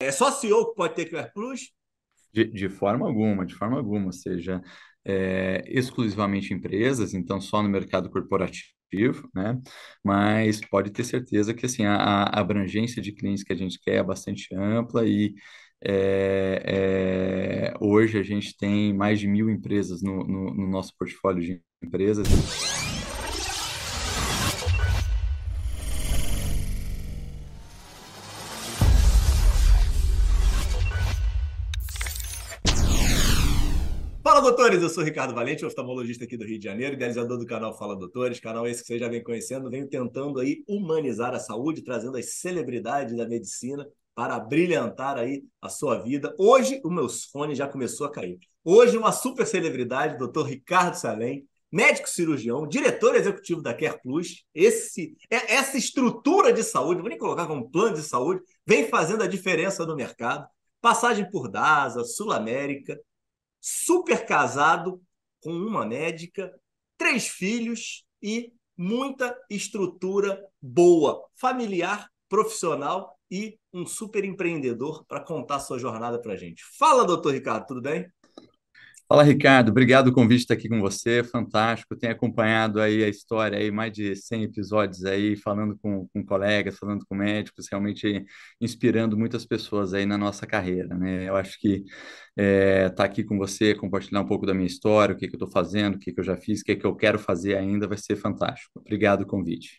É só CEO que pode ter QR Plus? De forma alguma, de forma alguma, ou seja, exclusivamente empresas, então só no mercado corporativo, né? Mas pode ter certeza que assim, a abrangência de clientes que a gente quer é bastante ampla e hoje a gente tem mais de 1.000 empresas no nosso portfólio de empresas. Fala, doutores! Eu sou Ricardo Valente, oftalmologista aqui do Rio de Janeiro, idealizador do canal Fala Doutores, canal esse que você já vem conhecendo, venho tentando aí humanizar a saúde, trazendo as celebridades da medicina para brilhantar aí a sua vida. Hoje, o meu fone já começou a cair. Hoje, uma super celebridade, doutor Ricardo Salem, médico cirurgião, diretor executivo da Care Plus. Essa estrutura de saúde, vou nem colocar como plano de saúde, vem fazendo a diferença no mercado. Passagem por DASA, Sul América, super casado com uma médica, 3 filhos e muita estrutura boa, familiar, profissional e um super empreendedor para contar sua jornada para a gente. Fala, doutor Ricardo, tudo bem? Fala, Ricardo, obrigado o convite de estar aqui com você, fantástico, tenho acompanhado aí a história aí, mais de 100 episódios aí, falando com colegas, falando com médicos, realmente inspirando muitas pessoas aí na nossa carreira, né? Eu acho que estar aqui com você, compartilhar um pouco da minha história, o que que eu estou fazendo, o que que eu já fiz, o que que eu quero fazer ainda, vai ser fantástico. Obrigado o convite.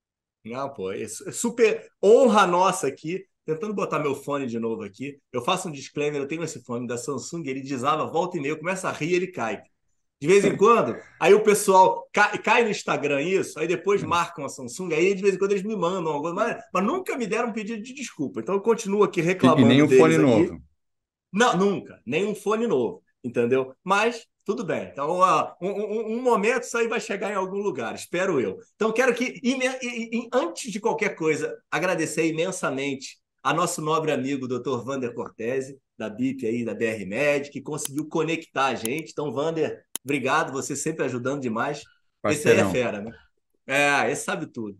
Não, pô, é super honra nossa aqui. Tentando botar meu fone de novo aqui. Eu faço um disclaimer, eu tenho esse fone da Samsung, ele desaba, volta e meia, eu começo a rir, ele cai. De vez em quando, aí o pessoal cai no Instagram isso, aí depois marcam a Samsung, aí de vez em quando eles me mandam alguma coisa, mas nunca me deram um pedido de desculpa. Então eu continuo aqui E nem reclamando o fone deles aqui. novo. Não, nunca, nem um fone novo, entendeu? Mas tudo bem. Então, um momento isso aí vai chegar em algum lugar, espero eu. Então, quero que, antes de qualquer coisa, agradecer imensamente a nosso nobre amigo, Dr. Vander Cortese, da BIP aí, da BR Med, que conseguiu conectar a gente. Então, Vander, obrigado, você sempre ajudando demais. Esse aí é Parceirão. fera, né? Esse sabe tudo.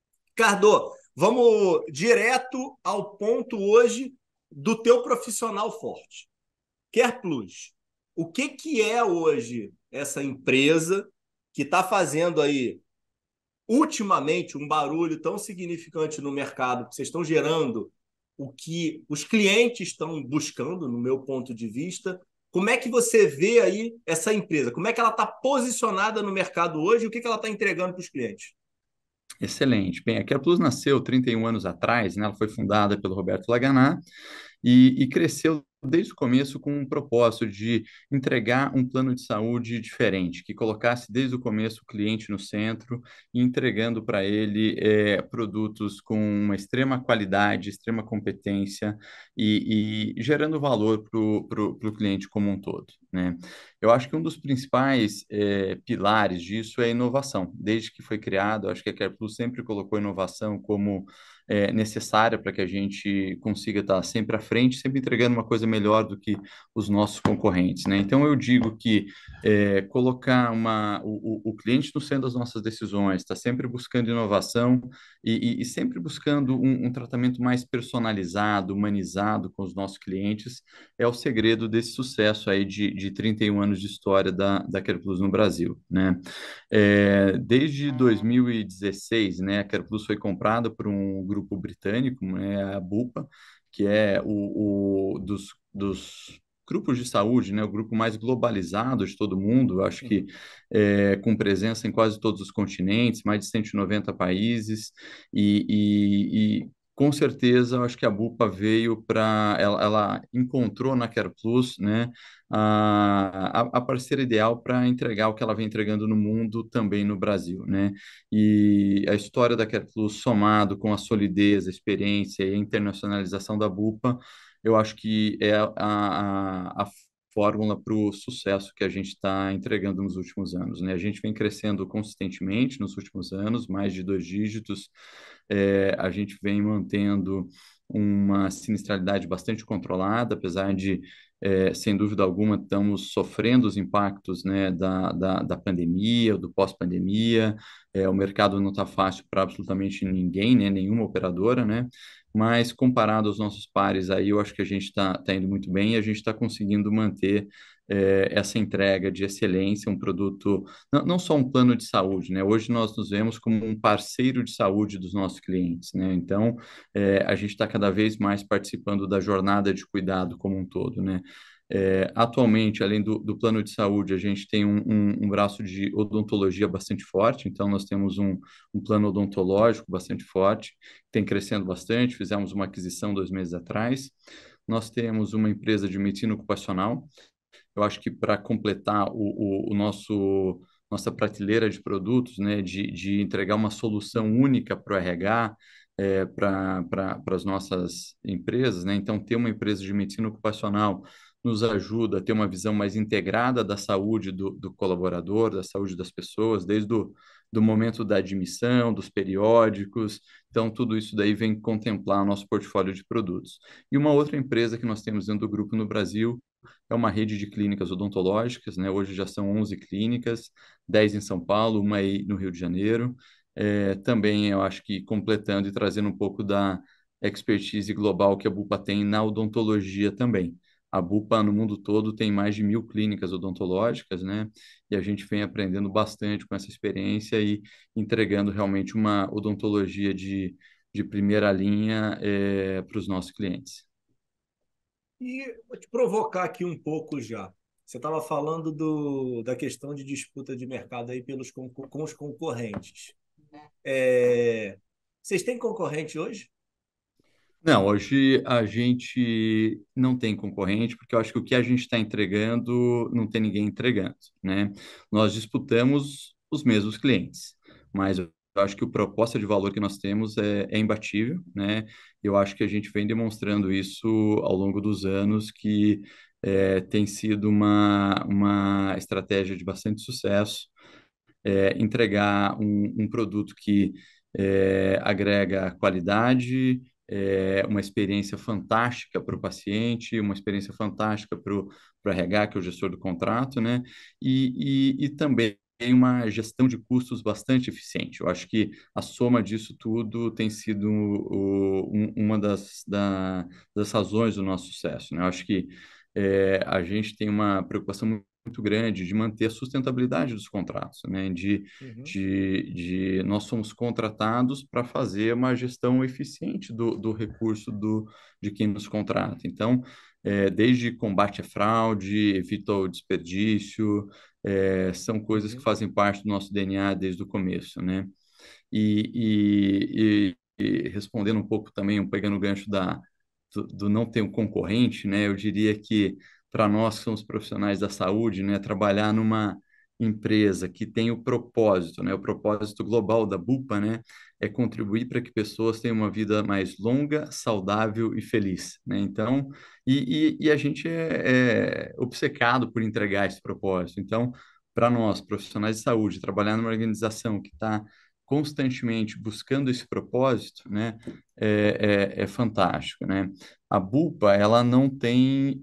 Cardo, vamos direto ao ponto hoje do teu profissional forte. Care Plus. O que que é hoje essa empresa que está fazendo aí ultimamente um barulho tão significante no mercado, que vocês estão gerando o que os clientes estão buscando, no meu ponto de vista. Como é que você vê aí essa empresa? Como é que ela está posicionada no mercado hoje e o que que ela está entregando para os clientes? Excelente. Bem, a Care Plus nasceu 31 anos atrás, né? Ela foi fundada pelo Roberto Laganá e cresceu desde o começo com um propósito de entregar um plano de saúde diferente, que colocasse desde o começo o cliente no centro e entregando para ele produtos com uma extrema qualidade, extrema competência e gerando valor para o cliente como um todo, né? Eu acho que um dos principais pilares disso é a inovação. Desde que foi criado, acho que a CarePlus sempre colocou a inovação como necessária para que a gente consiga estar sempre à frente, sempre entregando uma coisa melhor do que os nossos concorrentes, né? Então eu digo que colocar o cliente no centro das nossas decisões, está sempre buscando inovação e sempre buscando um tratamento mais personalizado, humanizado com os nossos clientes, é o segredo desse sucesso aí de 31 anos de história da CarePlus no Brasil, né? Desde 2016, né, a CarePlus foi comprada por um grupo britânico, né, a Bupa, que é dos grupos de saúde, né, o grupo mais globalizado de todo mundo, acho que Uhum. com presença em quase todos os continentes, mais de 190 países, com certeza, eu acho que a Bupa veio para, ela encontrou na CarePlus, né, a parceira ideal para entregar o que ela vem entregando no mundo, também no Brasil, né? E a história da CarePlus, somado com a solidez, a experiência e a internacionalização da Bupa, eu acho que é a fórmula para o sucesso que a gente está entregando nos últimos anos, né? A gente vem crescendo consistentemente nos últimos anos, mais de 2 dígitos, a gente vem mantendo uma sinistralidade bastante controlada, apesar de sem dúvida alguma, estamos sofrendo os impactos, né, da pandemia, do pós-pandemia. O mercado não está fácil para absolutamente ninguém, né, nenhuma operadora, né? Mas comparado aos nossos pares, aí eu acho que a gente está indo muito bem e a gente está conseguindo manter essa entrega de excelência, um produto, não só um plano de saúde, né? Hoje nós nos vemos como um parceiro de saúde dos nossos clientes, né? Então, a gente está cada vez mais participando da jornada de cuidado como um todo, né? Atualmente, além do plano de saúde, a gente tem um braço de odontologia bastante forte, então nós temos um plano odontológico bastante forte, tem crescendo bastante, fizemos uma aquisição 2 meses atrás. Nós temos uma empresa de medicina ocupacional. Eu acho que para completar o nosso nossa prateleira de produtos, né, de entregar uma solução única para o RH, para as nossas empresas, né? Então, ter uma empresa de medicina ocupacional nos ajuda a ter uma visão mais integrada da saúde do colaborador, da saúde das pessoas, desde do momento da admissão, dos periódicos. Então, tudo isso daí vem contemplar o nosso portfólio de produtos. E uma outra empresa que nós temos dentro do grupo no Brasil é uma rede de clínicas odontológicas, né? Hoje já são 11 clínicas, 10 em São Paulo, uma aí no Rio de Janeiro. Também eu acho que completando e trazendo um pouco da expertise global que a Bupa tem na odontologia também. A Bupa no mundo todo tem mais de 1.000 clínicas odontológicas, né? E a gente vem aprendendo bastante com essa experiência e entregando realmente uma odontologia de primeira linha para os nossos clientes. E vou te provocar aqui um pouco já. Você estava falando da questão de disputa de mercado aí com os concorrentes. É, Vocês têm concorrente hoje? Não, hoje a gente não tem concorrente, porque eu acho que o que a gente está entregando não tem ninguém entregando, né? Nós disputamos os mesmos clientes, mas eu acho que a proposta de valor que nós temos é imbatível, né? Eu acho que a gente vem demonstrando isso ao longo dos anos, que tem sido uma estratégia de bastante sucesso, entregar um produto que agrega qualidade, uma experiência fantástica para o paciente, uma experiência fantástica para o RH, que é o gestor do contrato, né? E também uma gestão de custos bastante eficiente. Eu acho que a soma disso tudo tem sido uma das razões do nosso sucesso, né? Eu acho que a gente tem uma preocupação muito grande de manter a sustentabilidade dos contratos, né? Uhum, Nós somos contratados para fazer uma gestão eficiente do recurso de quem nos contrata. Então, desde combate à fraude, evita o desperdício, são coisas que uhum. fazem parte do nosso DNA desde o começo, né? E respondendo um pouco também, pegando o gancho do não ter um concorrente, né? Eu diria que para nós que somos profissionais da saúde, né, trabalhar numa empresa que tem o propósito, né, o propósito global da Bupa, né, é contribuir para que pessoas tenham uma vida mais longa, saudável e feliz, né? Então, e a gente é obcecado por entregar esse propósito. Então, para nós, profissionais de saúde, trabalhar numa organização que está constantemente buscando esse propósito, né, é fantástico, né? A Bupa, ela não tem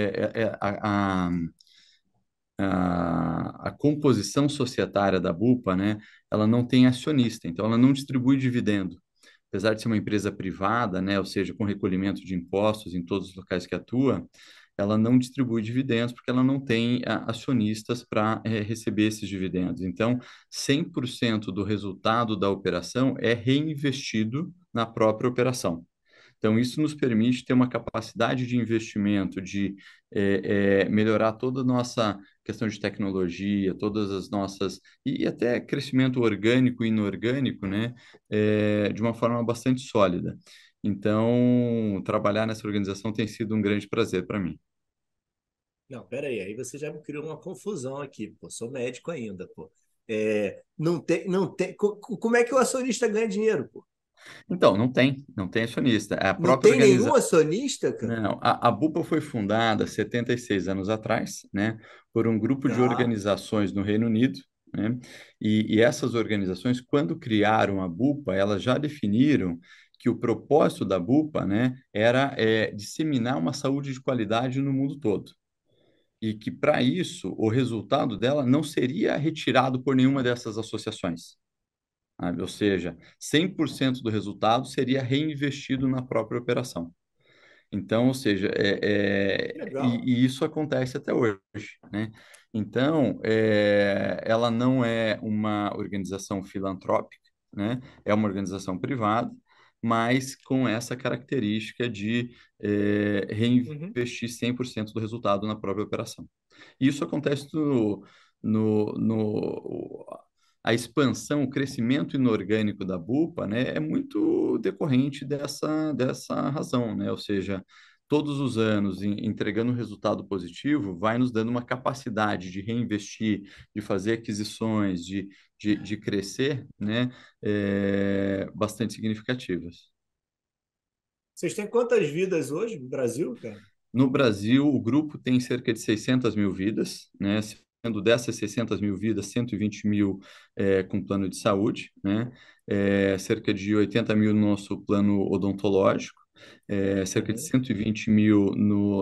a composição societária da Bupa, né? Ela não tem acionista, então ela não distribui dividendo. Apesar de ser uma empresa privada, né, ou seja, com recolhimento de impostos em todos os locais que atua, ela não distribui dividendos porque ela não tem acionistas para receber esses dividendos. Então, 100% do resultado da operação é reinvestido na própria operação. Então, isso nos permite ter uma capacidade de investimento, de melhorar toda a nossa questão de tecnologia, todas as nossas, e até crescimento orgânico e inorgânico, né, de uma forma bastante sólida. Então, trabalhar nessa organização tem sido um grande prazer para mim. Não, peraí, aí você já me criou uma confusão aqui, pô. Sou médico ainda, pô. Não tem. Como é que o acionista ganha dinheiro, pô? Então, não tem acionista. A Não própria tem nenhum organização. acionista, cara? Não, a Bupa foi fundada 76 anos atrás, né, por um grupo de Tá. organizações no Reino Unido, né, e essas organizações, quando criaram a Bupa, elas já definiram que o propósito da Bupa, né, era disseminar uma saúde de qualidade no mundo todo. E que, para isso, o resultado dela não seria retirado por nenhuma dessas associações, sabe? Ou seja, 100% do resultado seria reinvestido na própria operação. Então, ou seja, Legal. e isso acontece até hoje, né? Então, ela não é uma organização filantrópica, né? É uma organização privada, mas com essa característica de Uhum. reinvestir 100% do resultado na própria operação. E isso acontece no a expansão, o crescimento inorgânico da Bupa, né, é muito decorrente dessa razão, né? Ou seja, todos os anos entregando um resultado positivo, vai nos dando uma capacidade de reinvestir, de fazer aquisições, de crescer, né, bastante significativas. Vocês têm quantas vidas hoje no Brasil, cara? No Brasil, o grupo tem cerca de 600 mil vidas, né? Sendo dessas 600 mil vidas, 120 mil com plano de saúde, né? Cerca de 80 mil no nosso plano odontológico, cerca de Uhum. 120 mil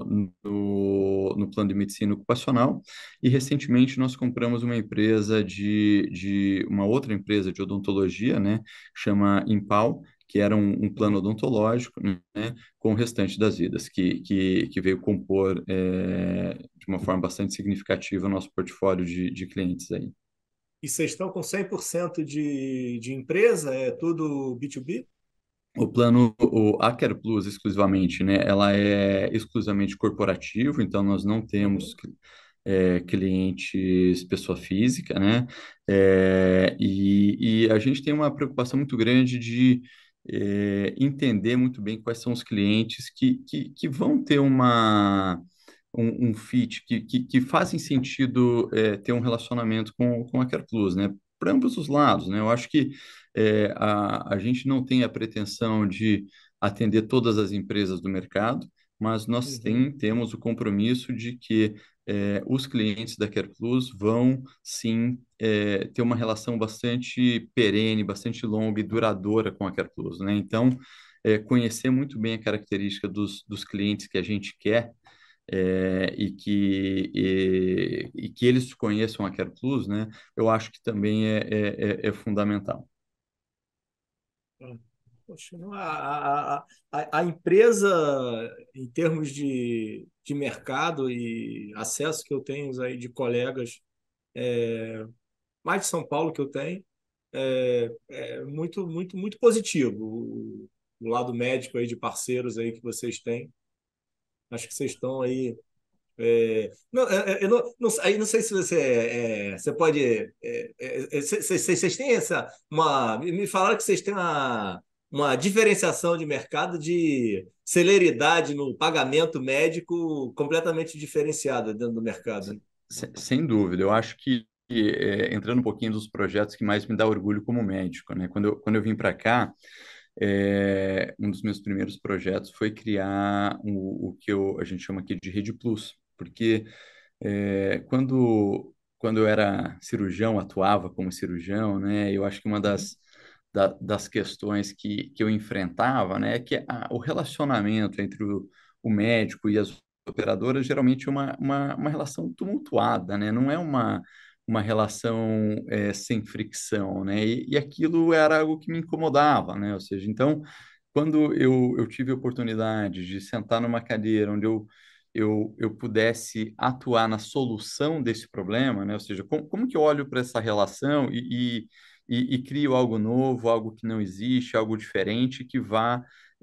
no plano de medicina ocupacional. E recentemente nós compramos uma empresa de uma outra empresa de odontologia, né? Chama Impal, que era um plano Uhum. odontológico, né? Com o restante das vidas, que veio compor de uma forma bastante significativa o nosso portfólio de clientes aí. E vocês estão com 100% de empresa? É tudo B2B? O plano, o Aker Plus exclusivamente, né? Ela é exclusivamente corporativo, então nós não temos Uhum. clientes pessoa física, né? E a gente tem uma preocupação muito grande de entender muito bem quais são os clientes que vão ter um fit, que fazem sentido ter um relacionamento com a Care Plus, né? Para ambos os lados, né? Eu acho que a gente não tem a pretensão de atender todas as empresas do mercado, mas nós Uhum. temos o compromisso de que os clientes da Care Plus vão sim ter uma relação bastante perene, bastante longa e duradoura com a Care Plus, né? Então, conhecer muito bem a característica dos clientes que a gente quer e que eles conheçam a Care Plus, né? Eu acho que também é fundamental. Ah, poxa, não, a empresa, em termos de mercado e acesso que eu tenho aí de colegas, mais de São Paulo que eu tenho, é muito, muito, muito positivo. O lado médico aí de parceiros aí que vocês têm. Acho que vocês estão aí. Não, eu não sei se você pode. Vocês têm essa. Me falaram que vocês têm uma diferenciação de mercado de celeridade no pagamento médico completamente diferenciada dentro do mercado, né? Sem dúvida, eu acho que entrando um pouquinho dos projetos que mais me dá orgulho como médico, né? Quando eu vim para cá, um dos meus primeiros projetos foi criar o que a gente chama aqui de Rede Plus, porque quando eu era cirurgião, atuava como cirurgião, né? Eu acho que uma Uhum, das questões que eu enfrentava, né, é que o relacionamento entre o médico e as operadoras geralmente é uma relação tumultuada, né? Não é uma relação sem fricção, né? E aquilo era algo que me incomodava, né? Ou seja, então, quando eu tive a oportunidade de sentar numa cadeira onde eu pudesse atuar na solução desse problema, né? Ou seja, como que eu olho para essa relação e crio algo novo, algo que não existe, algo diferente que vá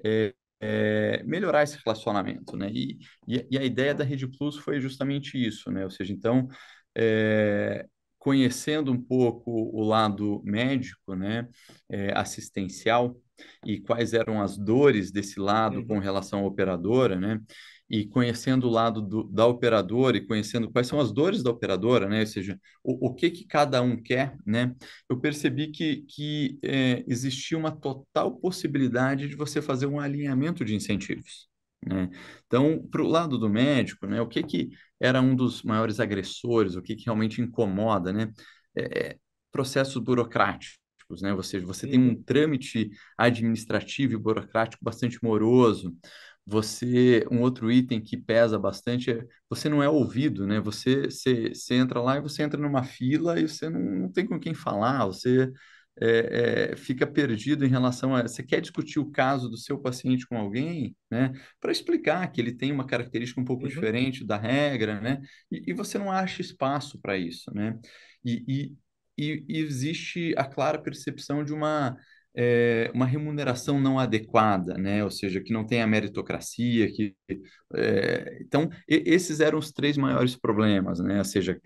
melhorar esse relacionamento, né? E a ideia da Rede Plus foi justamente isso, né? Ou seja, então, é, conhecendo um pouco o lado médico, né, assistencial, e quais eram as dores desse lado com uhum. relação à operadora, né? E conhecendo o lado da operadora e conhecendo quais são as dores da operadora, né? Ou seja, o que cada um quer, né? Eu percebi que existia uma total possibilidade de você fazer um alinhamento de incentivos, né? Então, para o lado do médico, né? O que era um dos maiores agressores, o que realmente incomoda, né? É, processos burocráticos. burocráticos, né? Ou seja, você tem Uhum, um trâmite administrativo e burocrático bastante moroso. Um outro item que pesa bastante é você não é ouvido, né? Você entra lá e você entra numa fila e você não tem com quem falar, você fica perdido em relação a. Você quer discutir o caso do seu paciente com alguém, né? Para explicar que ele tem uma característica um pouco uhum, diferente da regra, né? E você não acha espaço para isso, né? E, e existe a clara percepção de uma remuneração não adequada, né? Ou seja, que não tem a meritocracia, então esses eram os três maiores problemas, né? Ou seja,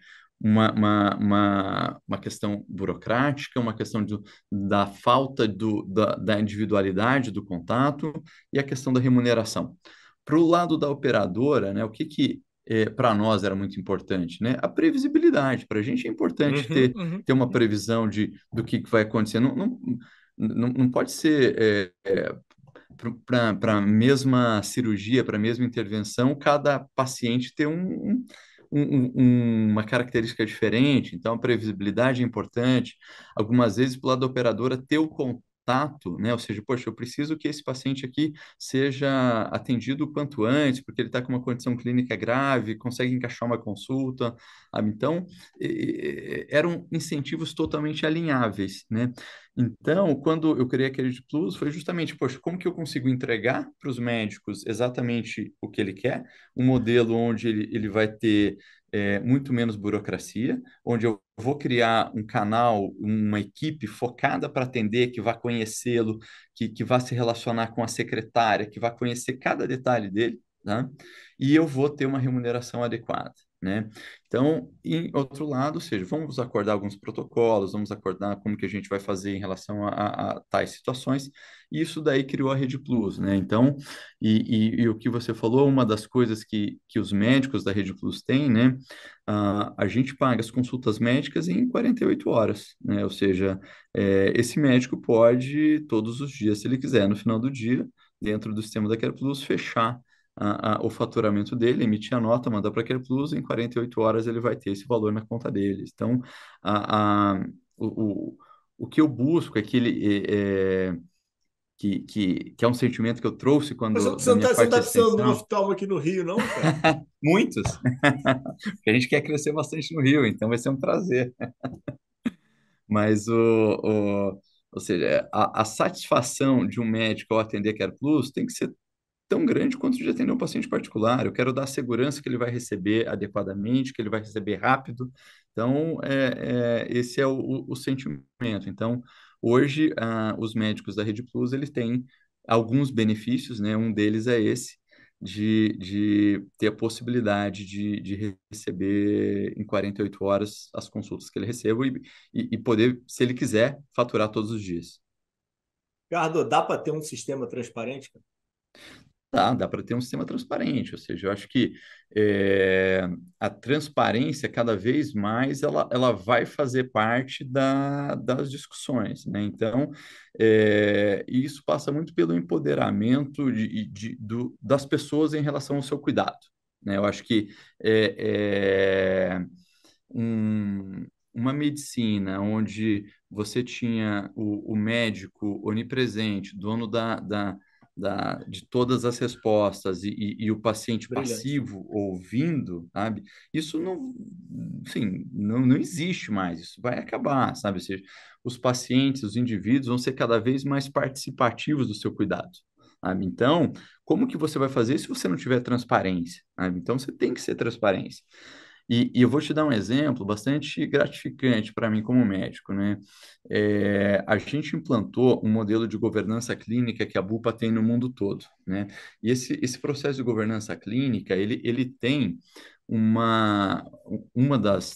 uma questão burocrática, uma questão da falta da individualidade do contato e a questão da remuneração. Para o lado da operadora, né, o que para nós era muito importante, né? A previsibilidade. Para a gente é importante uhum, uhum, ter uma uhum. previsão do que vai acontecer. Não pode ser para a mesma cirurgia, para a mesma intervenção, cada paciente ter uma característica diferente, então a previsibilidade é importante. Algumas vezes, para o lado da operadora, ter o contato, né? Ou seja, poxa, eu preciso que esse paciente aqui seja atendido o quanto antes, porque ele está com uma condição clínica grave, consegue encaixar uma consulta, sabe? Então, eram incentivos totalmente alinháveis, né? Então, quando eu criei a Credit Plus, foi justamente, poxa, como que eu consigo entregar para os médicos exatamente o que ele quer? Um modelo onde ele vai ter muito menos burocracia, onde eu vou criar um canal, uma equipe focada para atender, que vá conhecê-lo, que vá se relacionar com a secretária, que vá conhecer cada detalhe dele, tá? E eu vou ter uma remuneração adequada, né? Então, em outro lado, ou seja, vamos acordar alguns protocolos, vamos acordar como que a gente vai fazer em relação a tais situações, e isso daí criou a Rede Plus, né? Então, e o que você falou, uma das coisas que os médicos da Rede Plus têm, né? A gente paga as consultas médicas em 48 horas, né? Ou seja, esse médico pode, todos os dias, se ele quiser, no final do dia, dentro do sistema da Care Plus, fechar o faturamento dele, emitir a nota, mandar para a Care Plus, em 48 horas ele vai ter esse valor na conta deles. Então, a, a, o, o, o que eu busco é que ele que é um sentimento que eu trouxe Mas quando da minha você não parte tá de precisando de um extensão, oftalmo aqui no Rio, não, cara? muitos, porque a gente quer crescer bastante no Rio, então vai ser um prazer. Mas ou seja, a satisfação de um médico ao atender Care Plus tem que ser tão grande quanto de atender um paciente particular. Eu quero dar a segurança que ele vai receber adequadamente, que ele vai receber rápido. Então, esse é o sentimento. Então, hoje, os médicos da Rede Plus, eles têm alguns benefícios, né? Um deles é esse, de ter a possibilidade de receber em 48 horas as consultas que ele receba e poder, se ele quiser, faturar todos os dias. Ricardo, dá para ter um sistema transparente, cara? Dá para ter um sistema transparente, ou seja, eu acho que a transparência cada vez mais ela vai fazer parte das discussões, né? Então, isso passa muito pelo empoderamento das pessoas em relação ao seu cuidado, né? Eu acho que uma medicina onde você tinha o médico onipresente, dono de todas as respostas e o paciente Brilhante. passivo ouvindo, sabe? Isso não existe mais, isso vai acabar, sabe? Ou seja, os pacientes, os indivíduos vão ser cada vez mais participativos do seu cuidado, sabe? Então, como que você vai fazer se você não tiver transparência, sabe? Então, você tem que ser transparência. E eu vou te dar um exemplo bastante gratificante para mim como médico, né? A gente implantou um modelo de governança clínica que a Bupa tem no mundo todo, né? E esse processo de governança clínica, ele tem uma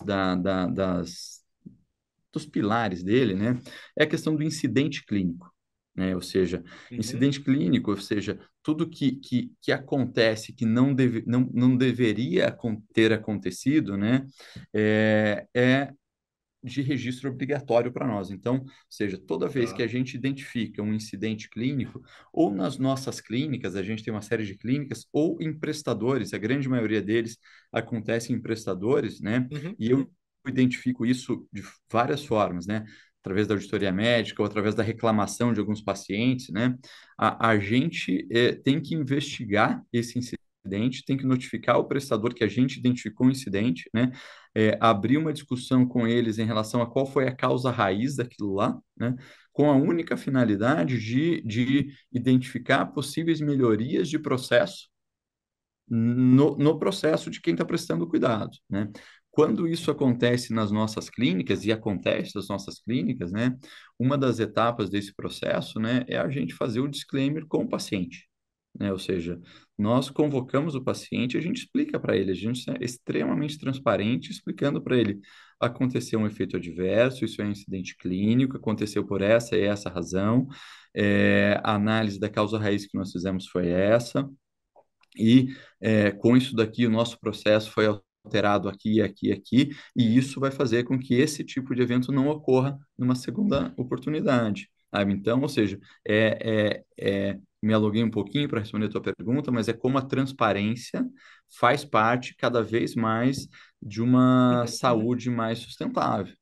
dos pilares dele, né? É a questão do incidente clínico, né? Ou seja, Uhum. incidente clínico, ou seja, tudo que acontece que não deveria ter acontecido, né? É de registro obrigatório para nós. Então, ou seja, toda vez que Tá. a gente identifica um incidente clínico, ou nas nossas clínicas, a gente tem uma série de clínicas, ou em prestadores, a grande maioria deles acontece em prestadores, né? Uhum, E eu uhum. identifico isso de várias formas, né? através da auditoria médica ou através da reclamação de alguns pacientes, né? A gente tem que investigar esse incidente, tem que notificar o prestador que a gente identificou o incidente, né? Abrir uma discussão com eles em relação a qual foi a causa raiz daquilo lá, né? Com a única finalidade de identificar possíveis melhorias de processo no processo de quem está prestando cuidado, né? Quando isso acontece nas nossas clínicas, e acontece nas nossas clínicas, né? Uma das etapas desse processo, né, é a gente fazer o disclaimer com o paciente, né? Ou seja, nós convocamos o paciente, a gente explica para ele, a gente é extremamente transparente, explicando para ele, aconteceu um efeito adverso, isso é um incidente clínico, aconteceu por essa e essa razão, a análise da causa raiz que nós fizemos foi essa, e com isso daqui o nosso processo foi alterado aqui, aqui, aqui, e isso vai fazer com que esse tipo de evento não ocorra numa segunda oportunidade, sabe? Então, ou seja, me aluguei um pouquinho para responder a tua pergunta, mas é como a transparência faz parte cada vez mais de uma saúde mais sustentável.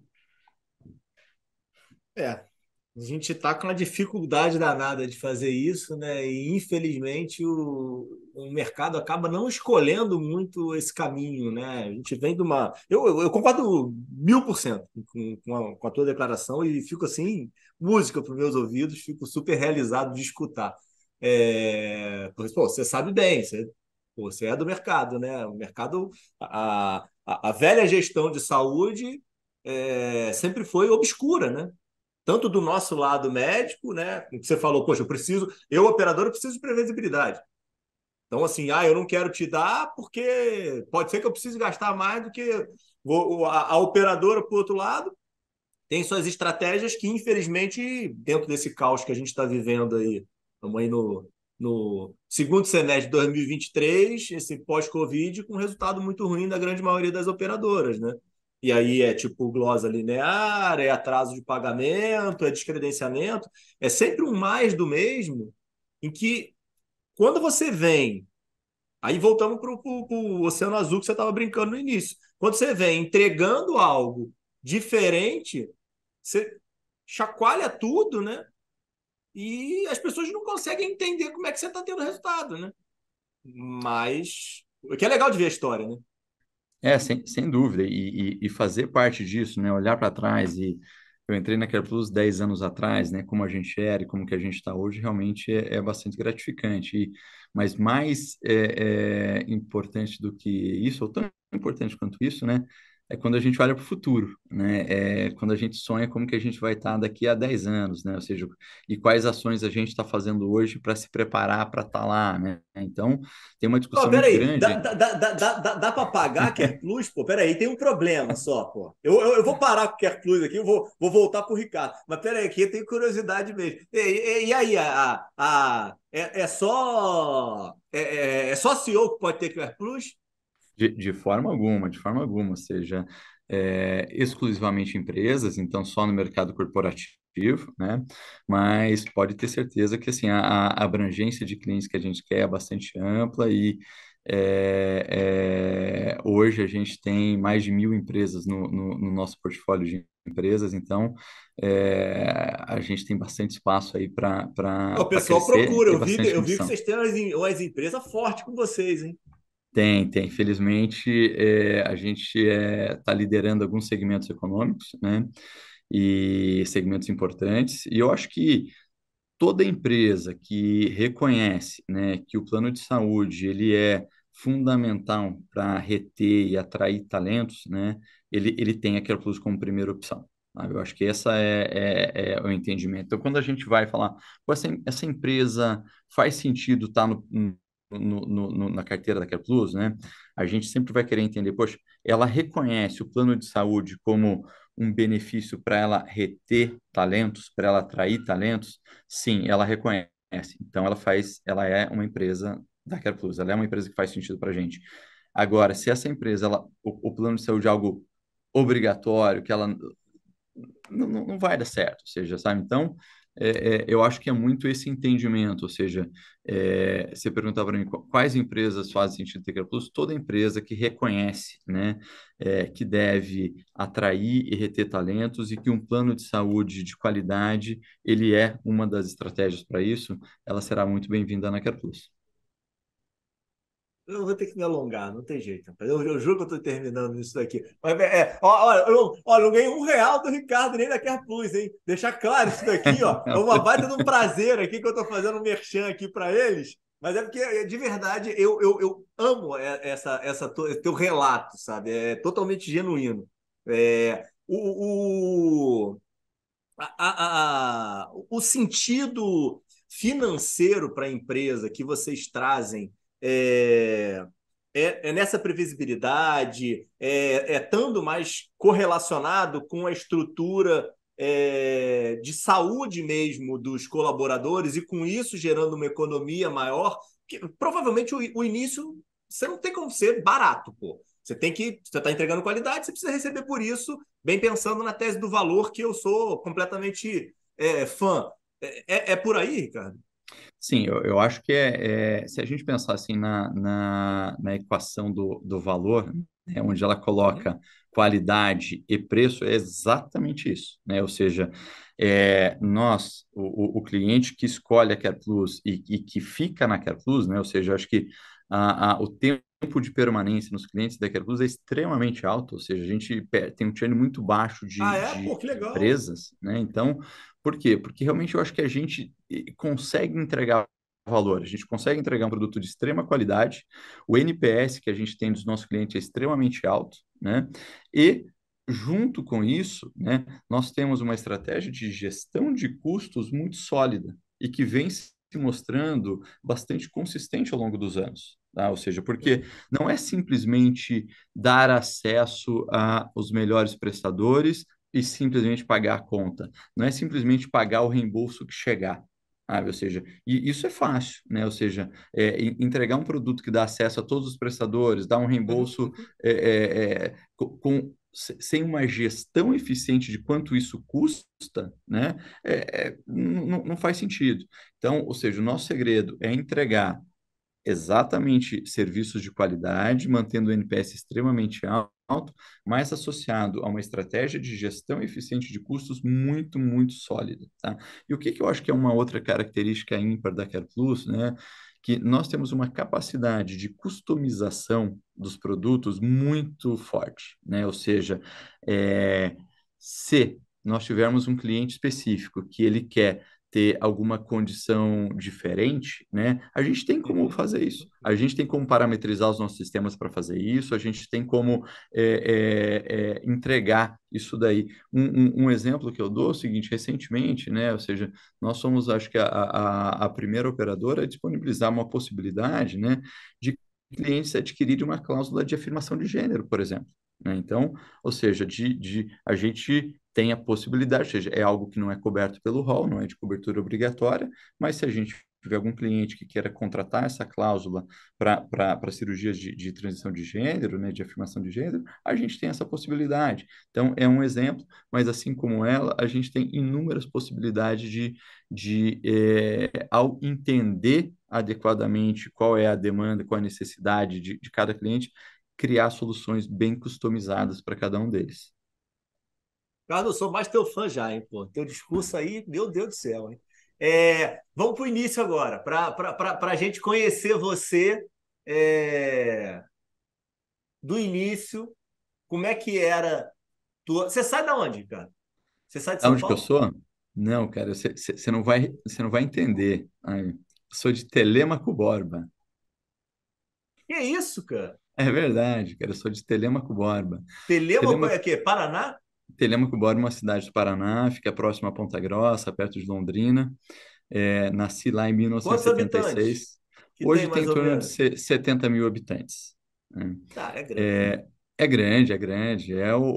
É, a gente está com uma dificuldade danada de fazer isso, né? E infelizmente o mercado acaba não escolhendo muito esse caminho, né? A gente vem de uma. Eu concordo 1000% com a tua declaração e fico assim, música para os meus ouvidos, fico super realizado de escutar. Porque, pô, você sabe bem, você é do mercado, né? O mercado, a velha gestão de saúde sempre foi obscura, né? Tanto do nosso lado médico, né? Que você falou, poxa, eu operador, eu preciso de previsibilidade. Então, assim, eu não quero te dar porque pode ser que eu precise gastar mais do que a operadora, por outro lado, tem suas estratégias que, infelizmente, dentro desse caos que a gente está vivendo aí, estamos aí no segundo semestre de 2023, esse pós-Covid, com resultado muito ruim da grande maioria das operadoras, né? E aí é tipo glosa linear, é atraso de pagamento, é descredenciamento, é sempre um mais do mesmo, em que quando você vem, aí voltamos para o Oceano Azul que você estava brincando no início, quando você vem entregando algo diferente, você chacoalha tudo, né? E as pessoas não conseguem entender como é que você está tendo resultado, né? Mas o que é legal de ver a história, né? Sem dúvida, e fazer parte disso, né, olhar para trás, e eu entrei na CarePlus 10 anos atrás, né, como a gente era e como que a gente está hoje, realmente é bastante gratificante, mas mais importante do que isso, ou tão importante quanto isso, né, é quando a gente olha para o futuro, né, quando a gente sonha como que a gente vai estar daqui a 10 anos, né, ou seja, e quais ações a gente está fazendo hoje para se preparar para estar lá, né, então tem uma Ó, discussão muito peraí, grande. dá para pagar a Care Plus? Pô, peraí, tem um problema só, pô. Eu vou parar com o Care Plus aqui, vou voltar pro Ricardo. Mas peraí, aqui eu tenho curiosidade mesmo. E aí, é só CEO que pode ter Care Plus? De forma alguma, de forma alguma, ou seja, exclusivamente empresas, então só no mercado corporativo, né? Mas pode ter certeza que assim, a abrangência de clientes que a gente quer é bastante ampla e hoje a gente tem mais de 1.000 empresas no nosso portfólio de empresas, então a gente tem bastante espaço aí O para pessoal crescer procura. e Eu bastante vi que ambição. vocês têm umas empresas fortes com vocês, hein? Tem. Felizmente, a gente está liderando alguns segmentos econômicos, né? E segmentos importantes. E eu acho que toda empresa que reconhece, né, que o plano de saúde ele é fundamental para reter e atrair talentos, né? Ele tem a CarePlus como primeira opção. Sabe? Eu acho que essa é o entendimento. Então, quando a gente vai falar, "Pô, essa empresa faz sentido estar na carteira da CarePlus, né? A gente sempre vai querer entender, poxa, ela reconhece o plano de saúde como um benefício para ela reter talentos, para ela atrair talentos? Sim, ela reconhece. Então, ela é uma empresa da CarePlus, ela é uma empresa que faz sentido para a gente. Agora, se essa empresa, o plano de saúde é algo obrigatório, que ela não vai dar certo, ou seja, sabe? Então, eu acho que é muito esse entendimento, ou seja, você perguntava para mim quais empresas fazem sentido ter Plus, toda empresa que reconhece, né, que deve atrair e reter talentos e que um plano de saúde de qualidade, ele é uma das estratégias para isso, ela será muito bem-vinda na Plus. Eu vou ter que me alongar, não tem jeito, rapaz. Eu juro que eu estou terminando isso daqui. Mas, olha, olha, eu não ganhei R$ 1 do Ricardo nem da Care Plus, hein? Deixar claro isso daqui, ó. É uma baita de um prazer aqui que eu estou fazendo um merchan aqui para eles. Mas é porque, de verdade, eu amo esse teu relato, sabe? É totalmente genuíno. O sentido financeiro para a empresa que vocês trazem é, é nessa previsibilidade, estando mais correlacionado com a estrutura de saúde mesmo dos colaboradores e com isso gerando uma economia maior, que provavelmente o início você não tem como ser barato, pô. Você está entregando qualidade, você precisa receber por isso, bem pensando na tese do valor que eu sou completamente fã. É por aí, Ricardo? Sim, eu acho que se a gente pensar assim na equação do valor, né, onde ela Uhum. coloca qualidade e preço, é exatamente isso, né? Ou seja, o cliente que escolhe a Care Plus e que fica na Care Plus, né? Ou seja, eu acho que o tempo de permanência nos clientes da Care Plus é extremamente alto, ou seja, a gente tem um churn muito baixo Ah, de, é? de Pô, que legal. empresas, né? Então, por quê? Porque realmente eu acho que a gente consegue entregar valor, a gente consegue entregar um produto de extrema qualidade, o NPS que a gente tem dos nossos clientes é extremamente alto, né? E junto com isso, né, nós temos uma estratégia de gestão de custos muito sólida e que vem se mostrando bastante consistente ao longo dos anos. Tá? Ou seja, porque Uhum. não é simplesmente dar acesso aos melhores prestadores e simplesmente pagar a conta. Não é simplesmente pagar o reembolso que chegar. Ou seja, e isso é fácil, né? Ou seja, entregar um produto que dá acesso a todos os prestadores, dar um Uhum. reembolso Uhum. sem uma gestão eficiente de quanto isso custa, né? Não faz sentido. Então, ou seja, o nosso segredo é entregar exatamente serviços de qualidade, mantendo o NPS extremamente alto, mas associado a uma estratégia de gestão eficiente de custos muito, muito sólida, tá? E o que eu acho que é uma outra característica ímpar da Care Plus, né? Que nós temos uma capacidade de customização dos produtos muito forte, né? Ou seja, se nós tivermos um cliente específico que ele quer ter alguma condição diferente, né? A gente tem como Uhum. fazer isso. Uhum. A gente tem como parametrizar os nossos sistemas para fazer isso. A gente tem como entregar isso daí. Um exemplo que eu dou é o seguinte: recentemente, né? Ou seja, nós somos, acho que a primeira operadora a disponibilizar uma possibilidade, né? De clientes adquirirem uma cláusula de afirmação de gênero, por exemplo. Né? Então, ou seja, a gente tem a possibilidade, ou seja, é algo que não é coberto pelo rol, não é de cobertura obrigatória, mas se a gente tiver algum cliente que queira contratar essa cláusula para cirurgias de transição de gênero, né, de afirmação de gênero, a gente tem essa possibilidade. Então, é um exemplo, mas assim como ela, a gente tem inúmeras possibilidades ao entender adequadamente qual é a demanda, qual é a necessidade de cada cliente, criar soluções bem customizadas para cada um deles. Ricardo, eu sou mais teu fã já, hein, pô. Teu discurso aí, meu Deus do céu, hein? Vamos para o início agora, para a gente conhecer você do início, como é que era tua. Você sai da onde, cara? Você sai de Da São onde que eu Paulo? sou? Não, cara, você não vai entender. Ai, sou de Telêmaco Borba. Que isso, cara? É verdade, cara, eu sou de Telêmaco Borba. Telêmaco é Telêmaco, o quê? Paraná? Telêmaco Borba é uma cidade do Paraná, fica próxima a Ponta Grossa, perto de Londrina. Nasci lá em Quantos habitantes 1976. que tem, Hoje tem mais em ou torno de menos? 70 mil habitantes. Né? Tá, é grande. É, é grande, é grande.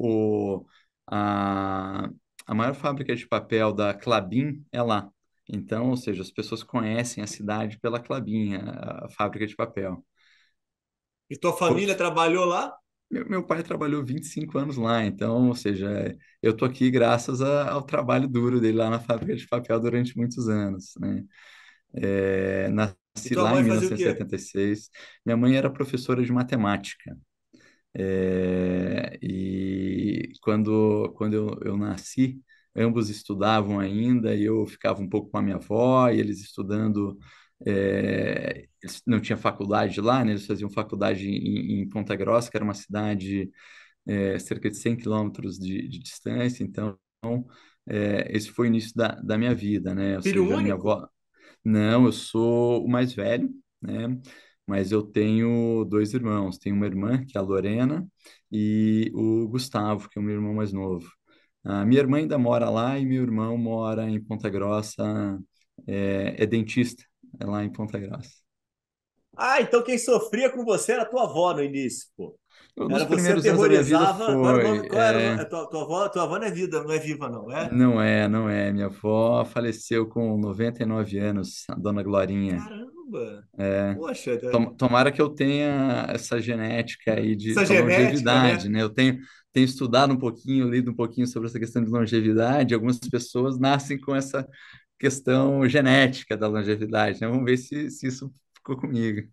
A, a maior fábrica de papel da Klabin é lá. Então, ou seja, as pessoas conhecem a cidade pela Klabin, a fábrica de papel. E tua Co- família trabalhou lá? Meu pai trabalhou 25 anos lá, então, ou seja, eu tô aqui graças ao trabalho duro dele lá na fábrica de papel durante muitos anos, né? E Nasci tua lá mãe em fazia o quê? 1976. Minha mãe era professora de matemática. E quando eu nasci, ambos estudavam ainda, e eu ficava um pouco com a minha avó, e eles estudando. Eles não tinha faculdade lá, né? Eles faziam faculdade em Ponta Grossa, que era uma cidade cerca de 100 quilômetros de distância. Então, esse foi o início da minha vida, né? Ou Filho seja, minha único? avó. Não, eu sou o mais velho, né? Mas eu tenho dois irmãos. Tenho uma irmã, que é a Lorena, e o Gustavo, que é o meu irmão mais novo. A minha irmã ainda mora lá e meu irmão mora em Ponta Grossa, é dentista, é lá em Ponta Grossa. Ah, então quem sofria com você era tua avó no início, pô. Um dos Era você primeiros anos da minha vida aterrorizava. Agora o nome, foi. qual era o nome? Tua avó não é vida, não é viva, não, é? Não é. Minha avó faleceu com 99 anos, a dona Glorinha. Caramba! É, Poxa, tomara que eu tenha essa genética aí essa da genética, longevidade, né? né? Tenho estudado um pouquinho, lido um pouquinho sobre essa questão de longevidade. Algumas pessoas nascem com essa questão genética da longevidade, né? Vamos ver se isso ficou comigo.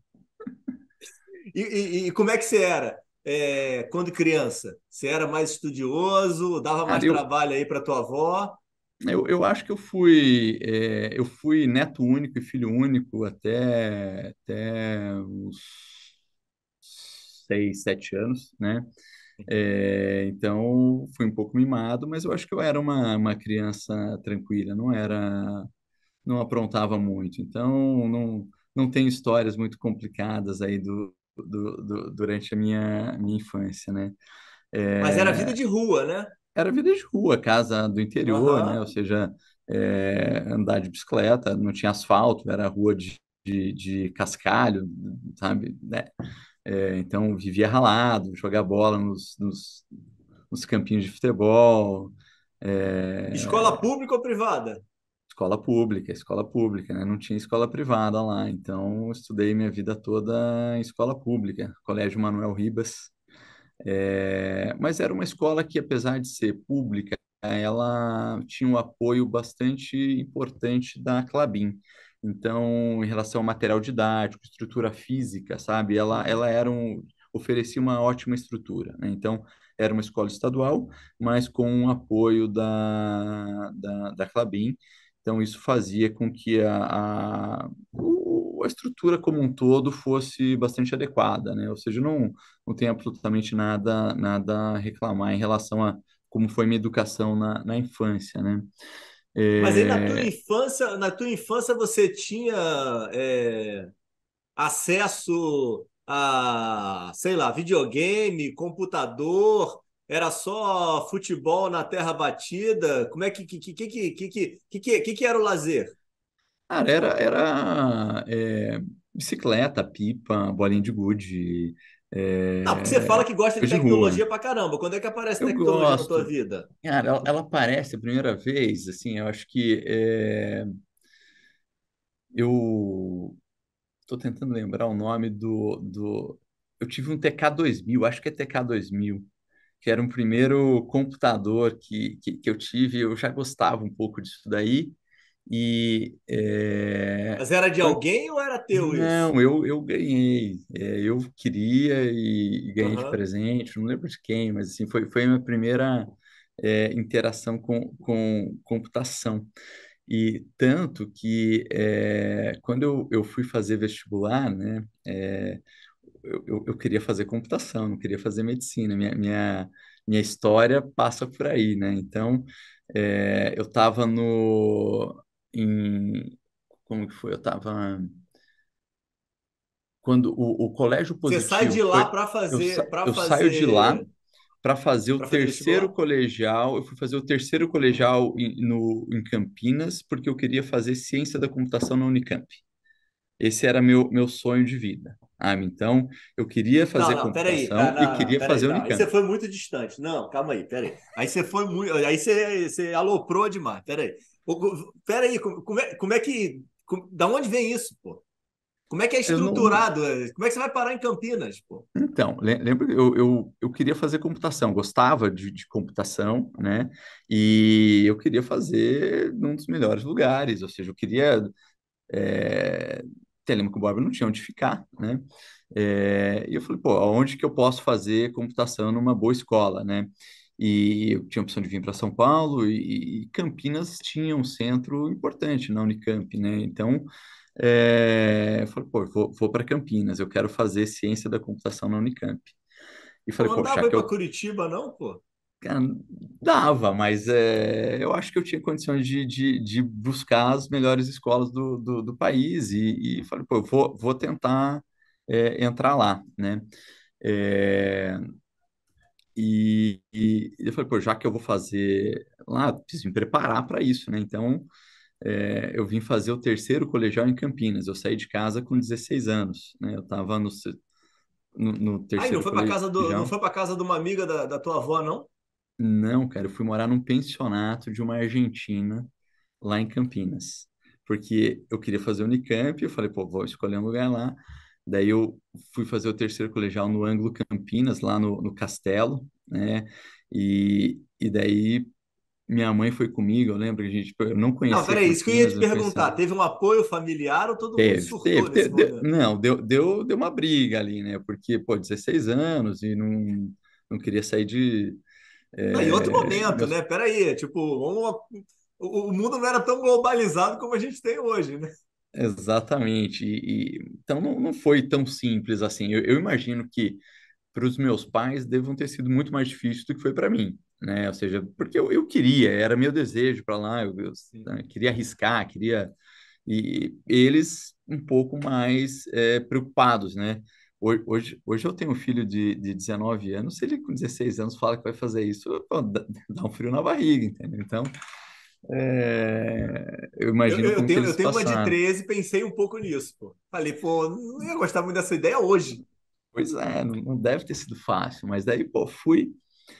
E como é que você era quando criança? Você era mais estudioso, dava mais Cara, trabalho aí para tua avó? eu acho que eu fui neto único e filho único até uns 6, 7 anos, né? Então, fui um pouco mimado, mas eu acho que eu era uma criança tranquila, não aprontava muito. Então, não tenho histórias muito complicadas aí durante a minha infância, né? Mas era vida É, de rua, né? Era vida de rua, casa do interior, né? Ou Aham. seja, andar de bicicleta, não tinha asfalto, era rua de cascalho, sabe? Né? Então, vivia ralado, jogar bola nos campinhos de futebol, Escola é, pública ou privada? escola pública, né? Não tinha escola privada lá, então eu estudei minha vida toda em escola pública, Colégio Manuel Ribas. Mas era uma escola que, apesar de ser pública, ela tinha um apoio bastante importante da Clabin. Então, em relação ao material didático, estrutura física, sabe? Uhum. Oferecia uma ótima estrutura, né? Então, era uma escola estadual, mas com um apoio da Clabin. Então, isso fazia com que a estrutura como um todo fosse bastante adequada, né? Ou seja, não tenho absolutamente nada a reclamar em relação a como foi minha educação na infância, né? Mas aí É, na tua infância você tinha acesso a, sei lá, videogame, computador, era só futebol na terra batida? Como é que era o lazer? era bicicleta, pipa, bolinha de gude, Não, porque você fala que gosta de coisa de rua. tecnologia pra caramba. Quando é que aparece Eu tecnologia na tua gosto. vida? Cara, ela aparece a primeira vez, assim, eu acho que eu estou tentando lembrar o nome do. Eu tive um TK 2000, acho que é TK 2000, que era um primeiro computador que eu tive. Eu já gostava um pouco disso daí. E Mas era de foi. alguém ou era teu isso? Não, eu ganhei. Eu queria e ganhei de Aham. presente, não lembro de quem, mas assim, foi a minha primeira interação com computação. E tanto que quando eu fui fazer vestibular, né, eu queria fazer computação, não queria fazer medicina. Minha história passa por aí, né? Então, eu estava em, como que foi? Eu estava quando o colégio Você sai positivo de lá foi, para fazer, para eu saio de lá fazer, para fazer o para fazer terceiro vestibular? colegial. Eu fui fazer o terceiro colegial em Campinas, porque eu queria fazer ciência da computação na Unicamp. Esse era meu sonho de vida. Então, eu queria Não, fazer não, peraí, tá, computação e não, não, queria peraí, fazer não. Aí você Unicamp. foi muito distante. Não, calma aí, peraí. Aí você foi muito, aí você aloprou demais. Peraí. Peraí, como é que, da onde vem isso, pô? Como é que é Eu não, estruturado? Como é que você vai parar em Campinas, pô? Então, lembro, eu queria fazer computação, gostava de computação, né? E eu queria fazer num dos melhores lugares, ou seja, eu queria. É, Telemaco Borba não tinha onde ficar, né? E eu falei, pô, aonde que eu posso fazer computação numa boa escola, né? E eu tinha a opção de vir para São Paulo e Campinas tinha um centro importante na Unicamp, né? Então, eu falei, pô, vou para Campinas, eu quero fazer ciência da computação na Unicamp. E Pô, falei, não pô, dá já pra ir que pra eu Curitiba, não, pô? cara, dava, mas eu acho que eu tinha condições de buscar as melhores escolas do país e falei, pô, eu vou tentar entrar lá, né? É, e eu falei, pô, já que eu vou fazer lá, preciso me preparar para isso, né? Então, eu vim fazer o terceiro colegial em Campinas. Eu saí de casa com 16 anos, né? Eu estava no Aí, terceiro não colegial. foi pra casa de uma amiga da tua avó, não? Não, cara, eu fui morar num pensionato de uma argentina lá em Campinas, porque eu queria fazer Unicamp, eu falei, pô, vou escolher um lugar lá. Daí eu fui fazer o terceiro colegial no Ângulo Campinas, lá no Castelo, né? E daí minha mãe foi comigo, eu lembro que eu não Não, conhecia peraí, isso que eu ia te Campinas, não conhecia. perguntar. Teve um apoio familiar ou todo mundo surtou nesse momento? Não, deu uma briga ali, né? Porque, pô, 16 anos e não queria sair de. Não, e outro momento, Meus né? Peraí, tipo, o mundo não era tão globalizado como a gente tem hoje, né? Exatamente. Então não foi tão simples assim. Eu imagino que para os meus pais devam ter sido muito mais difícil do que foi para mim, né? Ou seja, porque eu queria, era meu desejo para lá, Sim. né, queria arriscar, queria. E eles um pouco mais preocupados, né? Hoje eu tenho um filho de 19 anos, se ele com 16 anos fala que vai fazer isso, pô, dá um frio na barriga, entendeu? Então, eu imagino como que Eu eles tenho uma de passaram. 13, pensei um pouco nisso, pô. Falei, pô, não ia gostar muito dessa ideia hoje. Pois é, não deve ter sido fácil, mas daí, pô, fui.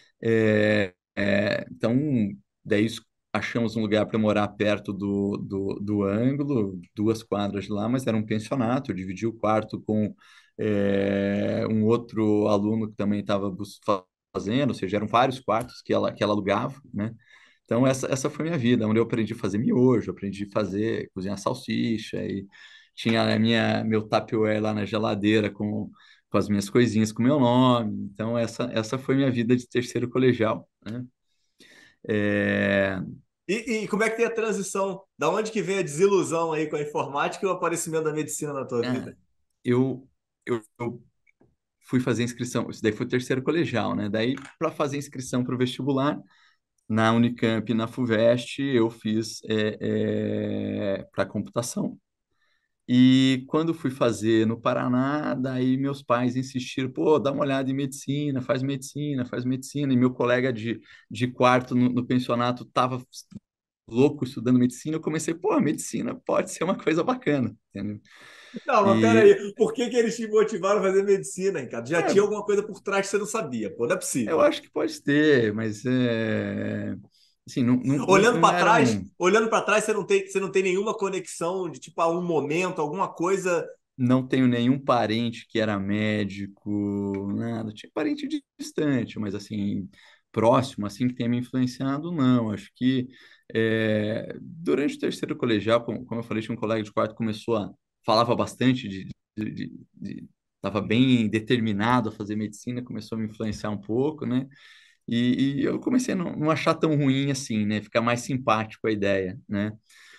Então, daí achamos um lugar para morar perto do ângulo, 2 quadras de lá, mas era um pensionato. Eu dividi o quarto com um outro aluno que também estava fazendo, ou seja, eram vários quartos que ela alugava, né? Então, essa foi minha vida, onde eu aprendi a fazer miojo, aprendi a fazer, cozinhar salsicha, e tinha meu Tupperware lá na geladeira com as minhas coisinhas com meu nome. Então, essa foi minha vida de terceiro colegial, né? É, E como é que tem a transição? Da onde que vem a desilusão aí com a informática e o aparecimento da medicina na tua ah, vida? eu fui fazer inscrição, isso daí foi o terceiro colegial, né? Daí, para fazer inscrição para o vestibular, na Unicamp e na FUVEST, eu fiz para computação. E quando fui fazer no Paraná, daí meus pais insistiram, pô, dá uma olhada em medicina, faz medicina, faz medicina. E meu colega de quarto no pensionato estava louco estudando medicina. Eu comecei, pô, medicina pode ser uma coisa bacana, entendeu? Não, mas E peraí, por que que eles te motivaram a fazer medicina, hein, cara? Já é, tinha alguma coisa por trás que você não sabia, pô, não é eu possível. acho que pode ter, mas assim, não era um. Olhando para trás, você não tem nenhuma conexão de tipo a um momento, alguma coisa. Não tenho nenhum parente que era médico, nada. Tinha parente distante, mas assim, próximo, assim, que tenha me influenciado, não. Acho que durante o terceiro colegial, como eu falei, tinha um colega de quarto que falava bastante estava Uhum. bem determinado a fazer medicina, começou a me influenciar um pouco, né? E eu comecei a não achar tão ruim assim, né? Ficar mais simpático a ideia, né?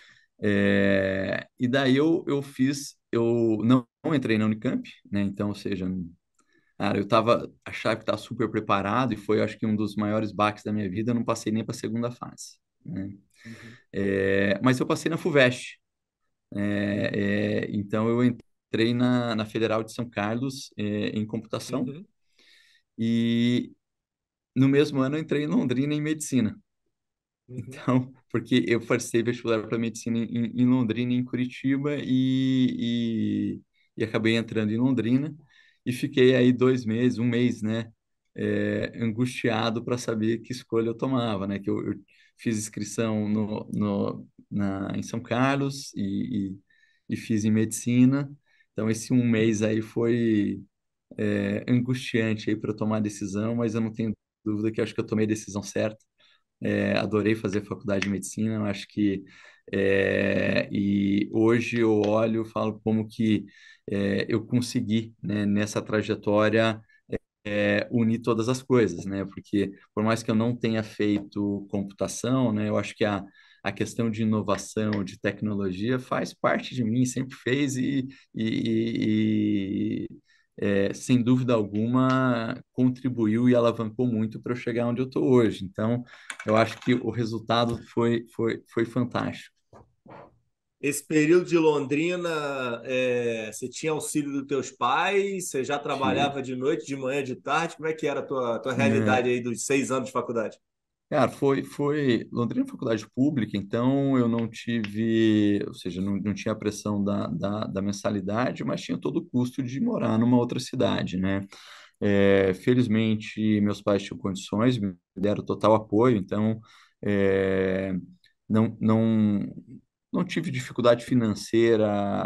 E daí eu não entrei na Unicamp, né? Então, ou seja, cara, achava que estava super preparado e foi, acho que, um dos maiores baques da minha vida. Eu não passei nem para a segunda fase, né? Uhum. Mas eu passei na FUVEST, então eu entrei na Federal de São Carlos, em computação Uhum. e no mesmo ano eu entrei em Londrina em medicina. Uhum. Então, porque eu prestei vestibular para medicina em Londrina e em Curitiba e acabei entrando em Londrina e fiquei aí 2 meses, um mês, né, angustiado para saber que escolha eu tomava, né, que eu fiz inscrição em São Carlos e fiz em medicina Então, esse um mês aí foi angustiante aí para eu tomar a decisão, mas eu não tenho dúvida que eu acho que eu tomei a decisão certa. Adorei fazer faculdade de medicina, eu acho que e hoje eu olho e falo como que eu consegui, né, nessa trajetória unir todas as coisas, né? Porque por mais que eu não tenha feito computação, né, eu acho que a questão de inovação, de tecnologia faz parte de mim, sempre fez sem dúvida alguma contribuiu e alavancou muito para eu chegar onde eu estou hoje. Então, eu acho que o resultado foi fantástico. Esse período de Londrina, você tinha auxílio dos teus pais? Você já Tive, trabalhava de noite, de manhã, de tarde? Como é que era a tua realidade né? aí dos 6 anos de faculdade? Cara, foi Londrina é faculdade pública, então eu não tive, ou seja, não tinha a pressão da mensalidade, mas tinha todo o custo de morar numa outra cidade, né? Felizmente, meus pais tinham condições, me deram total apoio, então é, não, não, não tive dificuldade financeira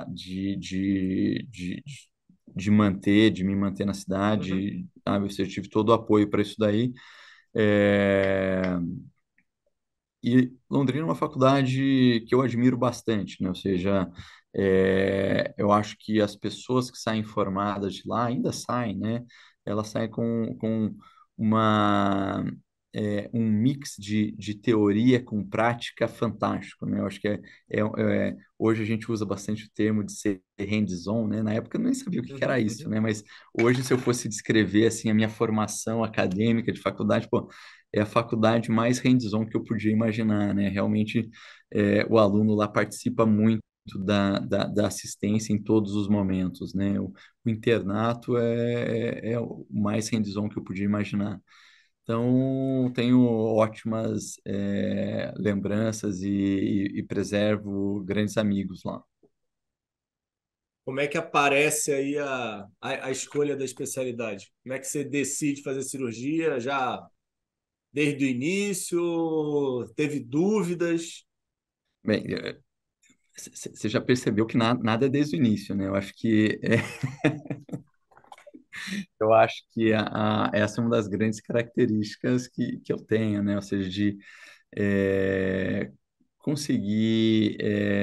de me manter na Uhum. cidade, sabe? Ou seja, eu tive todo o apoio para isso daí. É, e Londrina é uma faculdade que eu admiro bastante, né? Ou seja, eu acho que as pessoas que saem formadas de lá ainda saem, né? Elas saem com uma, um mix de teoria com prática fantástico, né? Eu acho que hoje a gente usa bastante o termo de ser hands-on, né? Na época eu nem sabia o que que era Uhum, isso, uhum. né? Mas hoje, se eu fosse descrever, assim, a minha formação acadêmica de faculdade, pô, é a faculdade mais hands-on que eu podia imaginar, né? Realmente, o aluno lá participa muito da assistência em todos os momentos, né? O internato é o mais hands-on que eu podia imaginar. Então, tenho ótimas lembranças e preservo grandes amigos lá. Como é que aparece aí a escolha da especialidade? Como é que você decide fazer cirurgia? Já desde o início? Teve dúvidas? Bem, você já percebeu que nada é desde o início, né? Eu acho que essa é uma das grandes características que eu tenho, né? Ou seja, de é, conseguir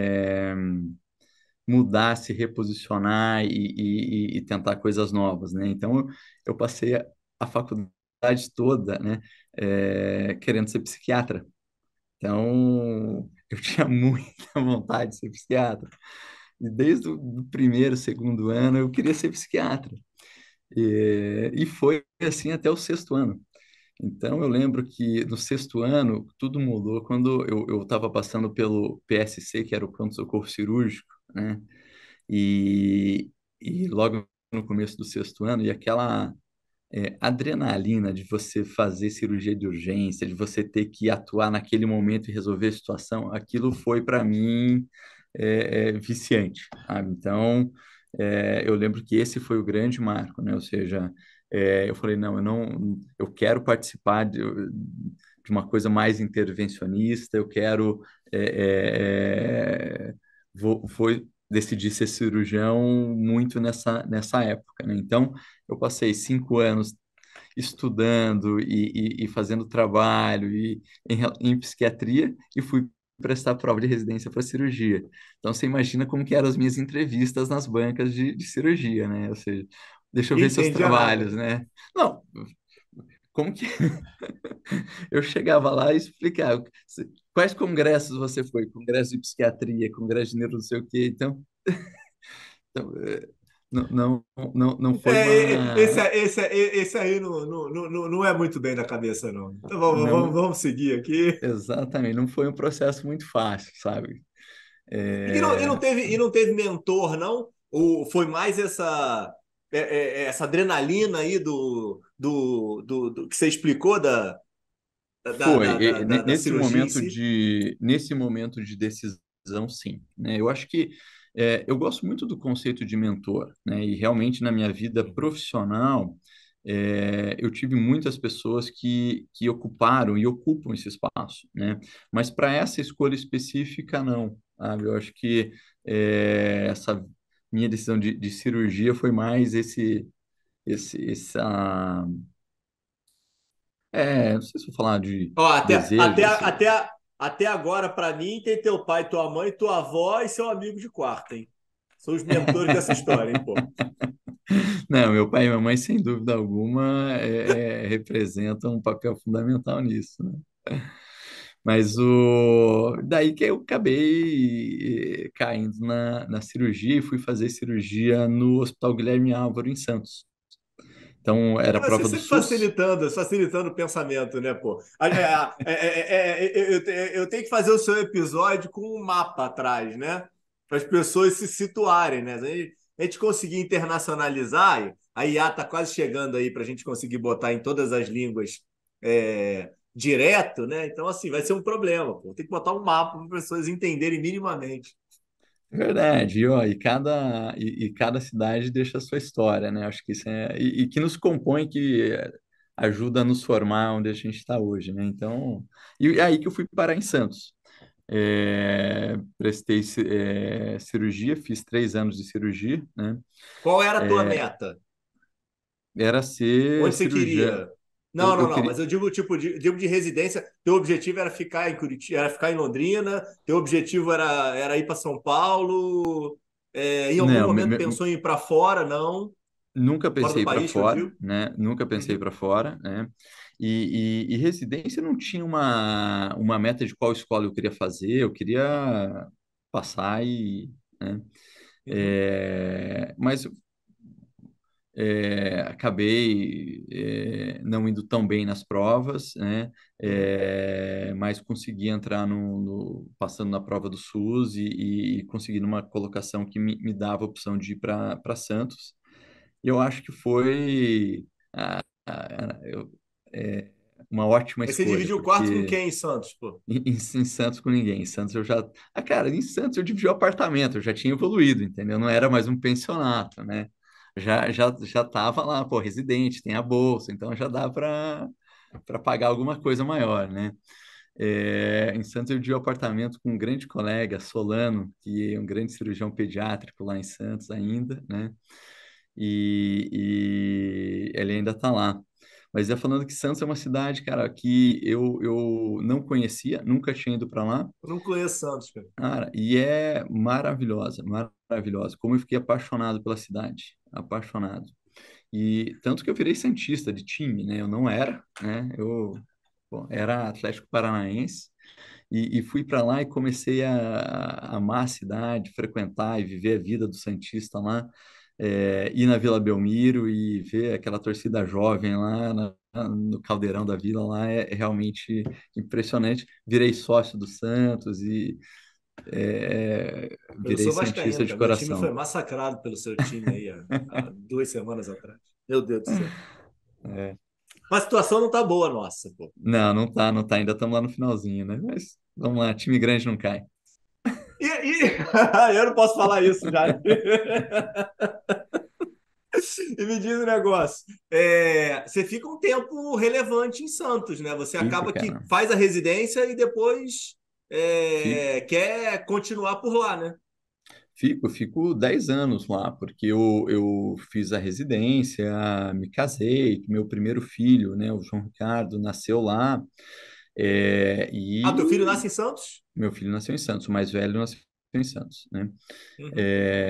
mudar, se reposicionar e tentar coisas novas, né? Então, eu passei a faculdade toda, né, querendo ser psiquiatra. Então, eu tinha muita vontade de ser psiquiatra. E desde o do primeiro, segundo ano, eu queria ser psiquiatra. E foi assim até o sexto ano. Então, eu lembro que no sexto ano, tudo mudou quando eu estava passando pelo PSC, que era o pronto-socorro cirúrgico, né? E, e logo no começo do sexto ano, e aquela adrenalina de você fazer cirurgia de urgência, de você ter que atuar naquele momento e resolver a situação, aquilo foi para mim viciante, sabe? Então, eu lembro que esse foi o grande marco, né? Ou seja, eu falei, não, eu quero participar de uma coisa mais intervencionista, eu quero foi decidir ser cirurgião muito nessa época, né? Então, eu passei 5 anos estudando e fazendo trabalho em psiquiatria e fui prestar prova de residência para cirurgia. Então, você imagina como que eram as minhas entrevistas nas bancas de cirurgia, né? Ou seja, deixa eu Ninguém ver seus entendia nada. trabalhos, né? Não, como que eu chegava lá e explicava quais congressos você foi? Congresso de psiquiatria, congresso de neuro, não sei o quê. Então, não, não foi uma. Esse aí não é muito bem da cabeça, não. Então Não, vamos seguir aqui. exatamente, não foi um processo muito fácil, sabe? E É, não teve mentor, não? Ou foi mais essa adrenalina aí do que você explicou foi, da cirurgia em si? nesse momento de decisão, sim, né? Eu acho que eu gosto muito do conceito de mentor, né? E realmente na minha vida Uhum. profissional, eu tive muitas pessoas que ocuparam e ocupam esse espaço, né? Mas para essa escolha específica, não, sabe? Eu acho que essa minha decisão de cirurgia foi mais essa, não sei se vou falar de Ó, desejo, até agora, para mim, tem teu pai, tua mãe, tua avó e seu amigo de quarto, hein? São os mentores dessa história, hein, pô? Não, meu pai e minha mãe, sem dúvida alguma, representam um papel fundamental nisso, né? Mas daí que eu acabei caindo na cirurgia e fui fazer cirurgia no Hospital Guilherme Álvaro, em Santos. Então, era a Você prova do sempre SUS. facilitando o pensamento, né, pô? Eu tenho que fazer o seu episódio com um mapa atrás, né? Para as pessoas se situarem, né? A gente conseguir internacionalizar, a IA está quase chegando aí para a gente conseguir botar em todas as línguas direto, né? Então, assim, vai ser um problema, pô. Tem que botar um mapa para as pessoas entenderem minimamente. Verdade, e cada cidade deixa a sua história, né? Acho que isso e que nos compõe, que ajuda a nos formar onde a gente está hoje, né? Então, e é aí que eu fui parar em Santos. Prestei cirurgia, fiz 3 anos de cirurgia, né? Qual era a tua meta? Era ser Onde você cirurgião. queria? Não, Eu não, não, queria. mas eu digo tipo de residência. Teu objetivo era ficar em Curitiba, era ficar em Londrina, teu objetivo era ir para São Paulo. Em algum Não, momento pensou em ir para fora, não? nunca Fora do pensei para país, que eu fora, digo. né? Nunca pensei Uhum, para fora, né? E residência não tinha uma meta de qual escola eu queria fazer, eu queria passar né? uhum, Mas acabei não indo tão bem nas provas, né? uhum. Mas consegui entrar passando na prova do SUS e consegui numa colocação que me dava a opção de ir para Santos. E eu acho que foi ah, é, uma ótima Mas você escolha, dividiu o quarto com porque quem em Santos, pô? em Santos com ninguém. Em Santos eu já. Ah, cara, em Santos eu dividi o apartamento, eu já tinha evoluído, entendeu? Não era mais um pensionato, né? Já tava lá, pô, residente, tem a bolsa, então já dá para pagar alguma coisa maior, né? Em Santos eu dividi o apartamento com um grande colega, Solano, que é um grande cirurgião pediátrico lá em Santos ainda, né? E ele ainda está lá. Mas é falando que Santos é uma cidade, cara, que eu não conhecia, nunca tinha ido para lá, Eu não conheço Santos, cara. cara, e é maravilhosa, maravilhosa. Como eu fiquei apaixonado pela cidade, apaixonado. E tanto que eu virei santista de time, né? Eu não era, né? Bom, era Atlético Paranaense e fui para lá e comecei a amar a cidade, frequentar e viver a vida do santista lá, ir na Vila Belmiro e ver aquela torcida jovem lá no caldeirão da Vila lá é realmente impressionante. Virei sócio do Santos e Eu virei sou santista vascaíno, de cara. Meu time foi coração. massacrado pelo seu time aí há 2 semanas atrás. Meu Deus do céu. É. Mas a situação não tá boa, nossa, pô. Não, não tá, ainda estamos lá no finalzinho, né? Mas vamos lá, time grande não cai. Eu não posso falar isso já. E me diz um negócio. Você fica um tempo relevante em Santos, né? Você Fico, acaba que cara. faz a residência e depois Fico. quer continuar por lá, né? Fico 10 anos lá, porque eu fiz a residência, me casei, meu primeiro filho, né, o João Ricardo, nasceu lá, Ah, teu filho e nasce em Santos? meu filho nasceu em Santos, o mais velho nasceu em Santos, né? Uhum.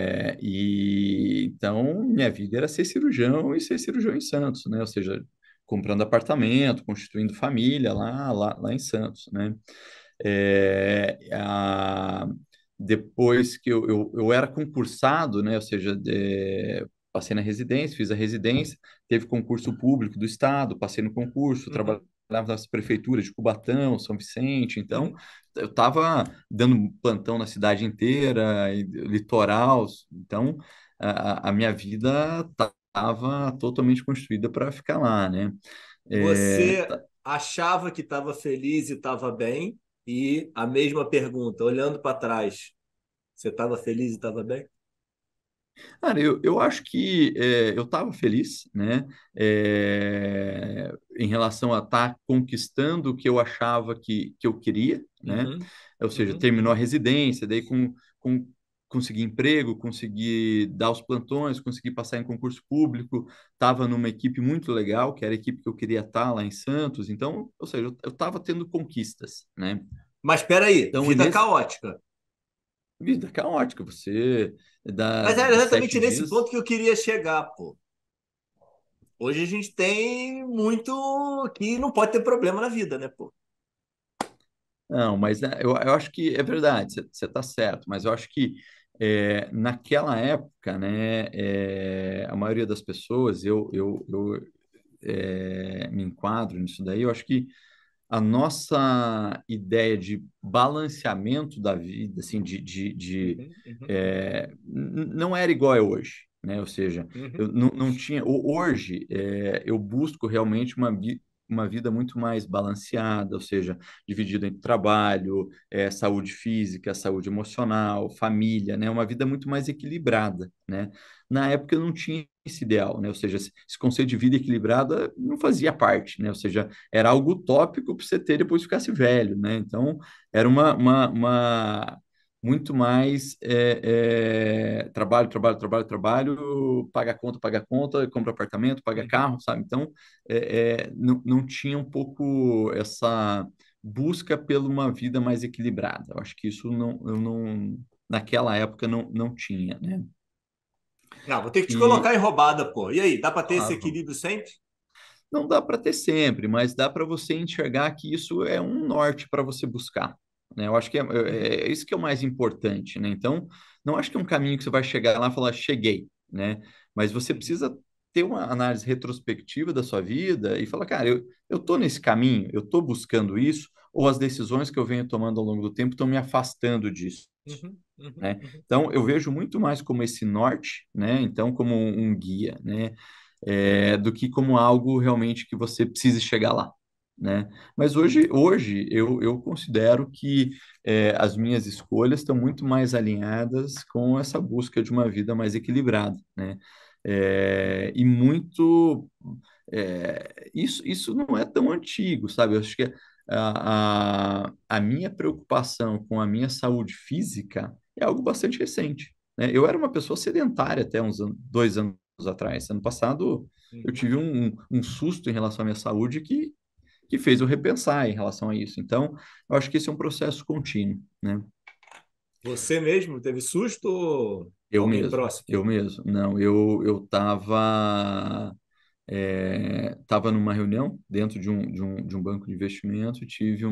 E então minha vida era ser cirurgião e ser cirurgião em Santos, né? Ou seja, comprando apartamento, constituindo família lá em Santos, né? É, a- Depois que eu era concursado, né? Ou seja, passei na residência, fiz a residência, teve concurso público do estado, passei no concurso, trabalhava Uhum. nas prefeituras de Cubatão, São Vicente, então Uhum. eu estava dando plantão na cidade inteira, litoral, então a minha vida estava totalmente construída para ficar lá, né? É, Você achava que estava feliz e estava bem? E a mesma pergunta, olhando para trás, você estava feliz e estava bem? Cara, eu acho que eu estava feliz, né? Em relação a estar conquistando o que eu achava que eu queria, né? Uhum. Ou seja, Uhum. terminou a Uhum. residência, daí com consegui emprego, consegui dar os plantões, consegui passar em concurso público, estava numa equipe muito legal, que era a equipe que eu queria estar lá em Santos. Então, ou seja, eu estava tendo conquistas, né? Mas espera aí, Então, vida nesse caótica. vida caótica, você Mas era dá exatamente sete nesse dias. ponto que eu queria chegar, pô. Hoje a gente tem muito que não pode ter problema na vida, né, pô? Não, mas né, eu acho que é verdade, você está certo, mas eu acho que naquela época, né, a maioria das pessoas, eu me enquadro nisso daí, eu acho que a nossa ideia de balanceamento da vida, assim, Uhum, uhum, não era igual a hoje, né? Ou seja, eu uhum, não tinha. Hoje, eu busco realmente uma vida muito mais balanceada, ou seja, dividida entre trabalho, saúde física, saúde emocional, família, né? Uma vida muito mais equilibrada, né? Na época eu não tinha esse ideal, né? Ou seja, esse conceito de vida equilibrada não fazia parte, né? Ou seja, era algo utópico para você ter depois que ficasse velho, né? Então, era uma muito mais trabalho, trabalho, trabalho, trabalho, paga conta, compra apartamento, paga uhum. carro, sabe? Então, não tinha um pouco essa busca por uma vida mais equilibrada. Eu acho que isso eu não, naquela época não tinha, né? Não, vou ter que te E, colocar em roubada, pô. E aí, dá para ter esse claro, equilíbrio sempre? não dá para ter sempre, mas dá para você enxergar que isso é um norte para você buscar, né? Eu acho que Uhum, é isso que é o mais importante, né? Então, não acho que é um caminho que você vai chegar lá e falar, cheguei, né? Mas você uhum, precisa ter uma análise retrospectiva da sua vida e falar, cara, eu tô nesse caminho, eu tô buscando isso, ou as decisões que eu venho tomando ao longo do tempo estão me afastando disso, uhum, uhum, né? uhum. Então, eu vejo muito mais como esse norte, né? Então, como um guia, né? Do que como algo realmente que você precise chegar lá, né? Mas Uhum. hoje eu considero que as minhas escolhas estão muito mais alinhadas com essa busca de uma vida mais equilibrada, né? E muito isso não é tão antigo, sabe? Eu acho que a minha preocupação com a minha saúde física é algo bastante recente, né? Eu era uma pessoa sedentária até uns 2 anos atrás. Ano passado, eu Uhum. tive um susto em relação à minha saúde que fez eu repensar em relação a isso. Então, eu acho que esse é um processo contínuo, né? Você mesmo teve susto ou alguém próximo? Eu mesmo. Não, eu tava numa reunião dentro de um banco de investimento e tive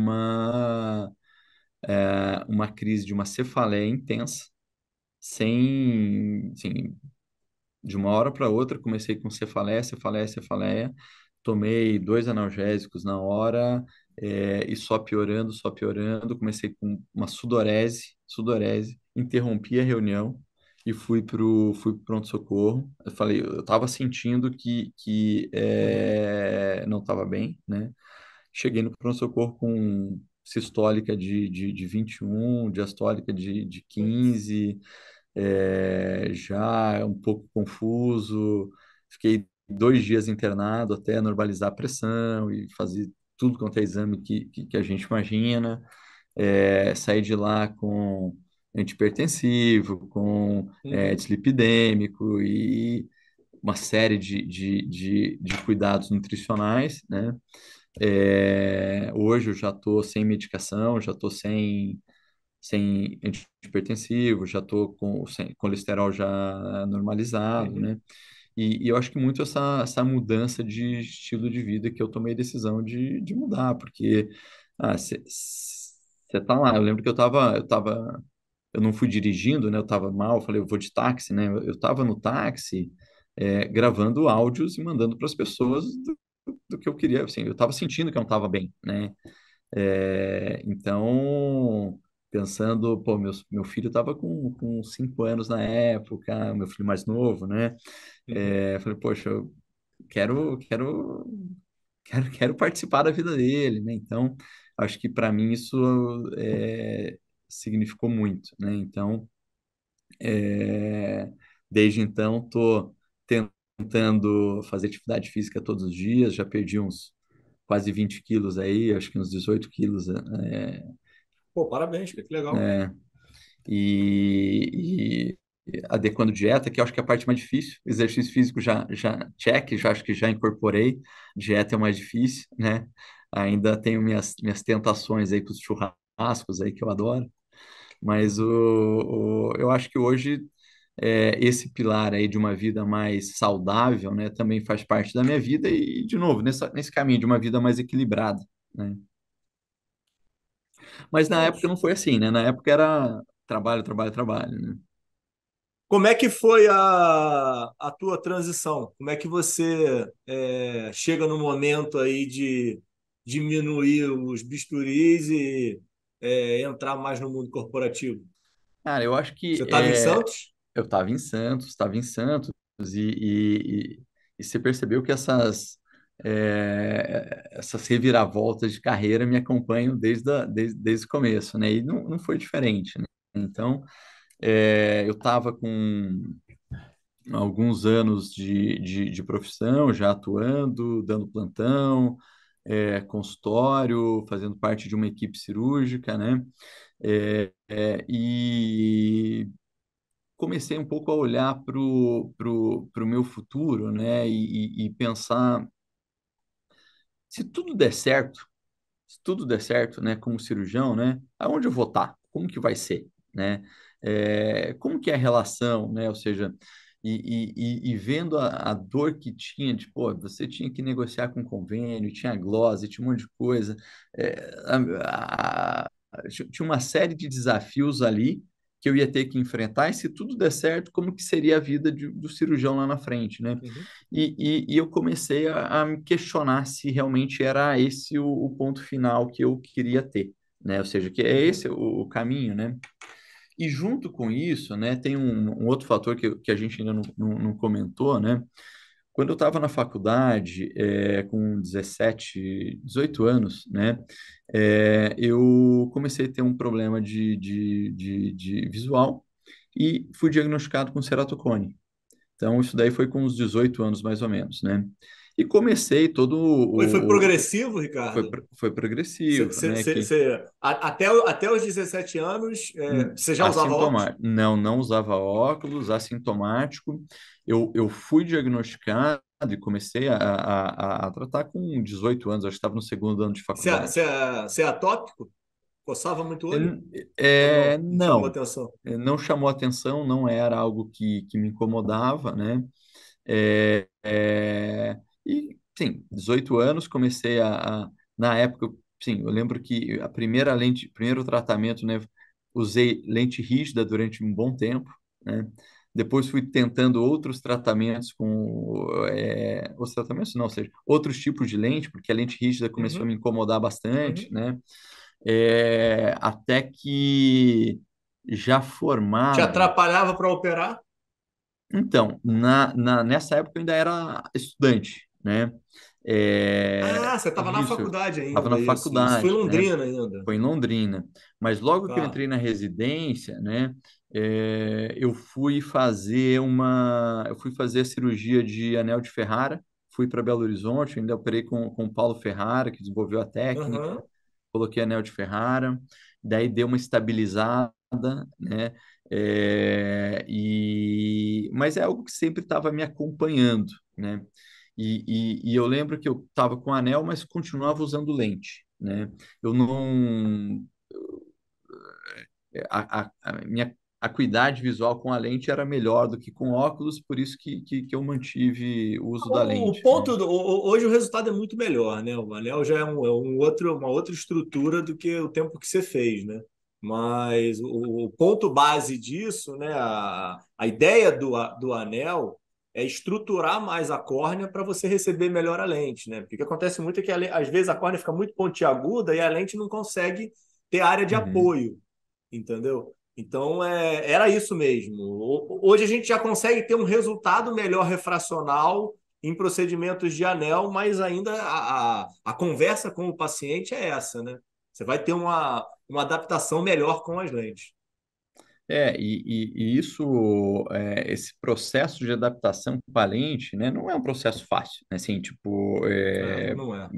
uma crise de uma cefaleia intensa, sem, assim, de uma hora para outra, comecei com cefaleia, cefaleia, cefaleia. Tomei 2 analgésicos na hora, e só piorando, só piorando. Comecei com uma sudorese. Interrompi a reunião e fui pro pronto-socorro. Eu falei, eu estava sentindo Uhum. não estava bem, né? Cheguei no pronto-socorro com sistólica de 21, diastólica de Putz. 15, já um pouco confuso. Fiquei 2 dias internado até normalizar a pressão e fazer tudo quanto é exame que a gente imagina. Saí de lá com antihipertensivo, com Uhum. dislipidêmico e uma série de cuidados nutricionais, né? Hoje eu já estou sem medicação, já estou sem antihipertensivo, já estou com sem colesterol já normalizado, Uhum. né? E eu acho que muito essa mudança de estilo de vida que eu tomei a decisão de mudar, porque você tá lá. Eu lembro que eu não fui dirigindo, né? Eu estava mal, eu falei, eu vou de táxi, né? Eu estava no táxi, gravando áudios e mandando para as pessoas do que eu queria, assim, eu estava sentindo que eu não estava bem, né? Então, pensando, pô, meu filho estava com 5 anos na época, meu filho mais novo, né? Uhum. Falei, poxa, eu quero participar da vida dele, né? Então, acho que para mim isso significou muito, né? Então, é, desde então, estou tentando fazer atividade física todos os dias, já perdi uns quase 20 quilos aí, acho que uns 18 quilos. Pô, parabéns, cara, que legal. É, e adequando dieta, que eu acho que é a parte mais difícil. Exercício físico já check, já acho que já incorporei. Dieta é o mais difícil, né? Ainda tenho minhas tentações aí com os churrascos aí que eu adoro. Mas Uhum. eu acho que hoje esse pilar aí de uma vida mais saudável, né, também faz parte da minha vida e, de novo, nesse caminho de uma vida mais equilibrada, né? Mas na época Mas não foi assim, né? Na época era trabalho, trabalho, trabalho, né? como é que foi a tua transição? Como é que você chega no momento aí de diminuir os bisturis e entrar mais no mundo corporativo? Cara, eu acho que Você estava em Santos? eu estava em Santos e você percebeu que essas reviravoltas de carreira me acompanham desde o começo, né? E não foi diferente, né? Então, eu estava com alguns anos de profissão, já atuando, dando plantão, consultório, fazendo parte de uma equipe cirúrgica, né? E comecei um pouco a olhar pro meu futuro, né? E pensar, se tudo der certo, se tudo der certo, né, como cirurgião, né, aonde eu vou estar? Como que vai ser, né? Como que é a relação, né? Ou seja, e vendo a dor que tinha, de, pô, você tinha que negociar com convênio, tinha glose, tinha um monte de coisa, tinha uma série de desafios ali que eu ia ter que enfrentar, e se tudo der certo, como que seria a vida do cirurgião lá na frente, né? Uhum, E eu comecei a me questionar se realmente era esse o ponto final que eu queria ter, né? Ou seja, que é uhum, esse o caminho, né? E junto com isso, né, tem um outro fator que a gente ainda não comentou, né? Quando eu estava na faculdade, com 17, 18 anos, né, eu comecei a ter um problema de visual e fui diagnosticado com ceratocone. Então, isso daí foi com uns 18 anos, mais ou menos, né? E comecei todo Foi progressivo, Ricardo? foi progressivo, né? Até os 17 anos, você já usava óculos? Assintomático. Não usava óculos, assintomático. Eu fui diagnosticado e comecei a tratar com 18 anos, acho que estava no segundo ano de faculdade. Você é atópico? Coçava muito o olho? Ou não? Não chamou Não, atenção? não chamou atenção, não era algo que me incomodava, né? E, sim, 18 anos, comecei na época, sim, eu lembro que a primeira lente, primeiro tratamento, né, usei lente rígida durante um bom tempo, né? Depois fui tentando outros tratamentos os tratamentos não, ou seja, outros tipos de lente, porque a lente rígida começou a me Uhum, incomodar bastante, uhum. né? Até que já Te formado, atrapalhava para operar? então, nessa época eu ainda era estudante, né? Ah, você estava na Isso, faculdade estava na ainda, isso. Isso foi em faculdade, né? Londrina ainda. Foi em Londrina. Mas logo que eu Tá. entrei na residência, né? Eu fui fazer a cirurgia de anel de Ferrara, fui para Belo Horizonte, ainda operei com o Paulo Ferrara, que desenvolveu a técnica, Aham. coloquei anel de Ferrara, daí deu uma estabilizada, né? Mas é algo que sempre estava me acompanhando, né? E eu lembro que eu estava com anel, mas continuava usando lente, né? Eu não a minha acuidade visual com a lente era melhor do que com óculos, por isso que eu mantive o uso da O lente, ponto, né? hoje o resultado é muito melhor, né? O anel já uma outra estrutura do que o tempo que você fez, né? Mas o ponto base disso, né? A ideia do anel é estruturar mais a córnea para você receber melhor a lente, né? Porque o que acontece muito é que às vezes a córnea fica muito pontiaguda e a lente não consegue ter área de Uhum. apoio, entendeu? Então, era isso mesmo. Hoje a gente já consegue ter um resultado melhor refracional em procedimentos de anel, mas ainda a conversa com o paciente é essa, né? Você vai ter uma adaptação melhor com as lentes. Esse processo de adaptação com a lente, né, não é um processo fácil, né, assim, tipo, Não é.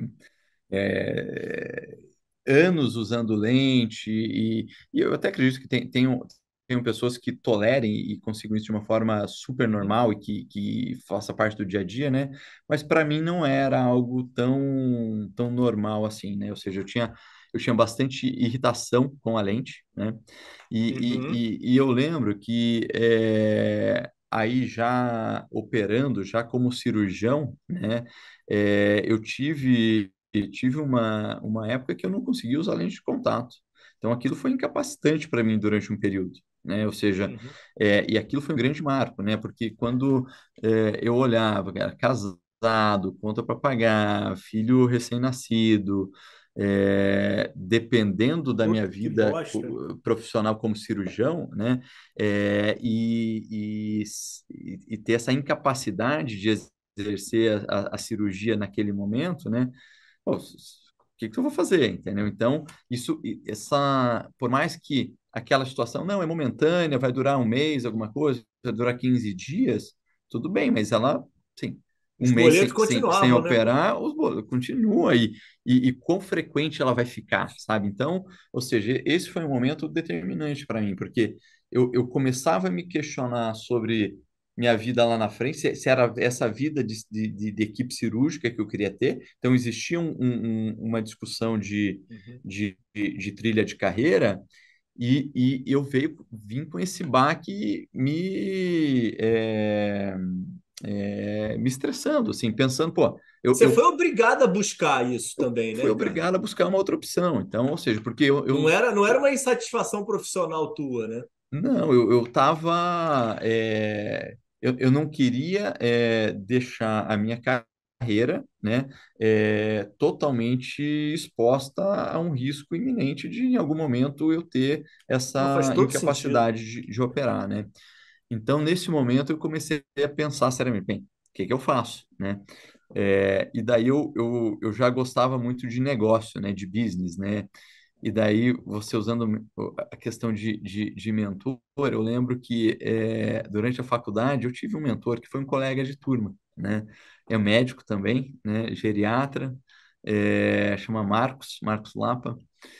é, anos usando lente, e eu até acredito que tenho pessoas que tolerem e consigam isso de uma forma super Uhum. normal e que faça parte do dia a dia, né? Mas para mim não era algo tão normal assim, né? Ou seja, eu tinha bastante irritação com a lente, né? Uhum. E eu lembro que aí já operando, já como cirurgião, né? Eu tive uma época que eu não conseguia usar lente de contato. Então aquilo foi incapacitante para mim durante um período, né? Ou seja, Uhum. e aquilo foi um grande marco, né? Porque quando eu olhava, era casado, conta para pagar, filho recém-nascido, dependendo da minha Puta, que vida bosta. profissional como cirurgião, né, e ter essa incapacidade de exercer a cirurgia naquele momento, né, pô, o que que eu vou fazer, entendeu? Então, por mais que aquela situação não é momentânea, vai durar um mês, alguma coisa, vai durar 15 dias, tudo bem, mas ela, sim, um Os mês boletos sem continuavam, né, pô? operar, os boletos continua aí e quão frequente ela vai ficar, sabe? Então, ou seja, esse foi um momento determinante para mim, porque eu começava a me questionar sobre minha vida lá na frente, se era essa vida de equipe cirúrgica que eu queria ter. Então, existia uma discussão Uhum. de trilha de carreira, e eu vim com esse baque me estressando, assim, pensando, pô, Você foi obrigado a buscar isso eu também, fui né, cara? obrigado a buscar uma outra opção. Então, ou seja, porque Não era uma insatisfação profissional tua, né? não, eu tava, eu não queria deixar a minha carreira, né, totalmente exposta a um risco iminente de, em algum momento, eu ter Não, faz essa todo sentido. incapacidade de operar, né? Então, nesse momento, eu comecei a pensar seriamente, bem, o que que eu faço, né? E daí eu já gostava muito de negócio, né, de business, né? E daí, você usando a questão de mentor, eu lembro que durante a faculdade eu tive um mentor que foi um colega de turma, né? É um médico também, né? Geriatra, chama Marcos Lapa.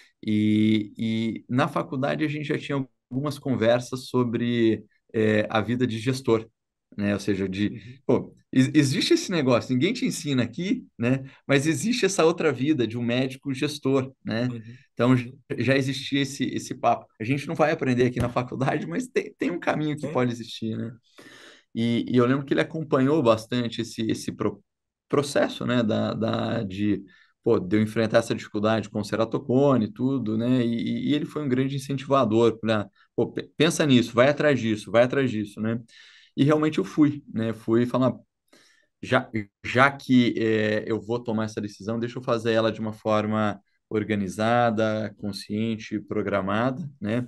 E na faculdade a gente já tinha algumas conversas sobre a vida de gestor, né? Ou seja, Uhum. pô, existe esse negócio, ninguém te ensina aqui, né? Mas existe essa outra vida de um médico gestor, né? Uhum. Então Uhum. já existia esse papo. A gente não vai aprender aqui na faculdade, mas tem um caminho que Sim. pode existir, né? E eu lembro que ele acompanhou bastante esse processo, né, de eu enfrentar essa dificuldade com o ceratocone e tudo, né, e ele foi um grande incentivador para, pô, pensa nisso, vai atrás disso, né, e realmente eu fui, né, fui falar, já, já que eu vou tomar essa decisão, deixa eu fazer ela de uma forma organizada, consciente, programada, né,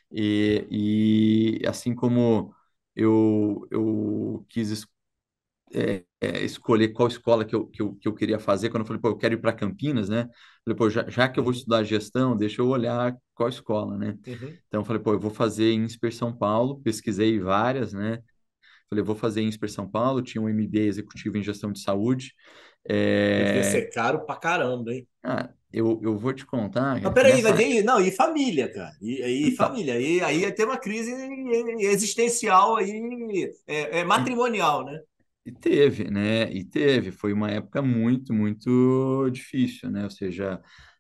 e assim como eu quis escolher qual escola que eu queria fazer, quando eu falei, pô, eu quero ir para Campinas, né? Falei, pô, já que eu vou Uhum. estudar gestão, deixa eu olhar qual escola, né? Uhum. Então eu falei, pô, eu vou fazer em Insper São Paulo, pesquisei várias, né? Falei, eu vou fazer em Insper São Paulo, tinha um MBA executivo em gestão de saúde. Devia ser É, caro pra caramba, hein? eu vou te contar, Mas cara, que peraí, nessa. não, e família, cara? E Então, família? Aí ia ter uma crise existencial aí, e, matrimonial, né? e teve, né? E teve. Foi uma época muito, muito difícil, né? Ou seja,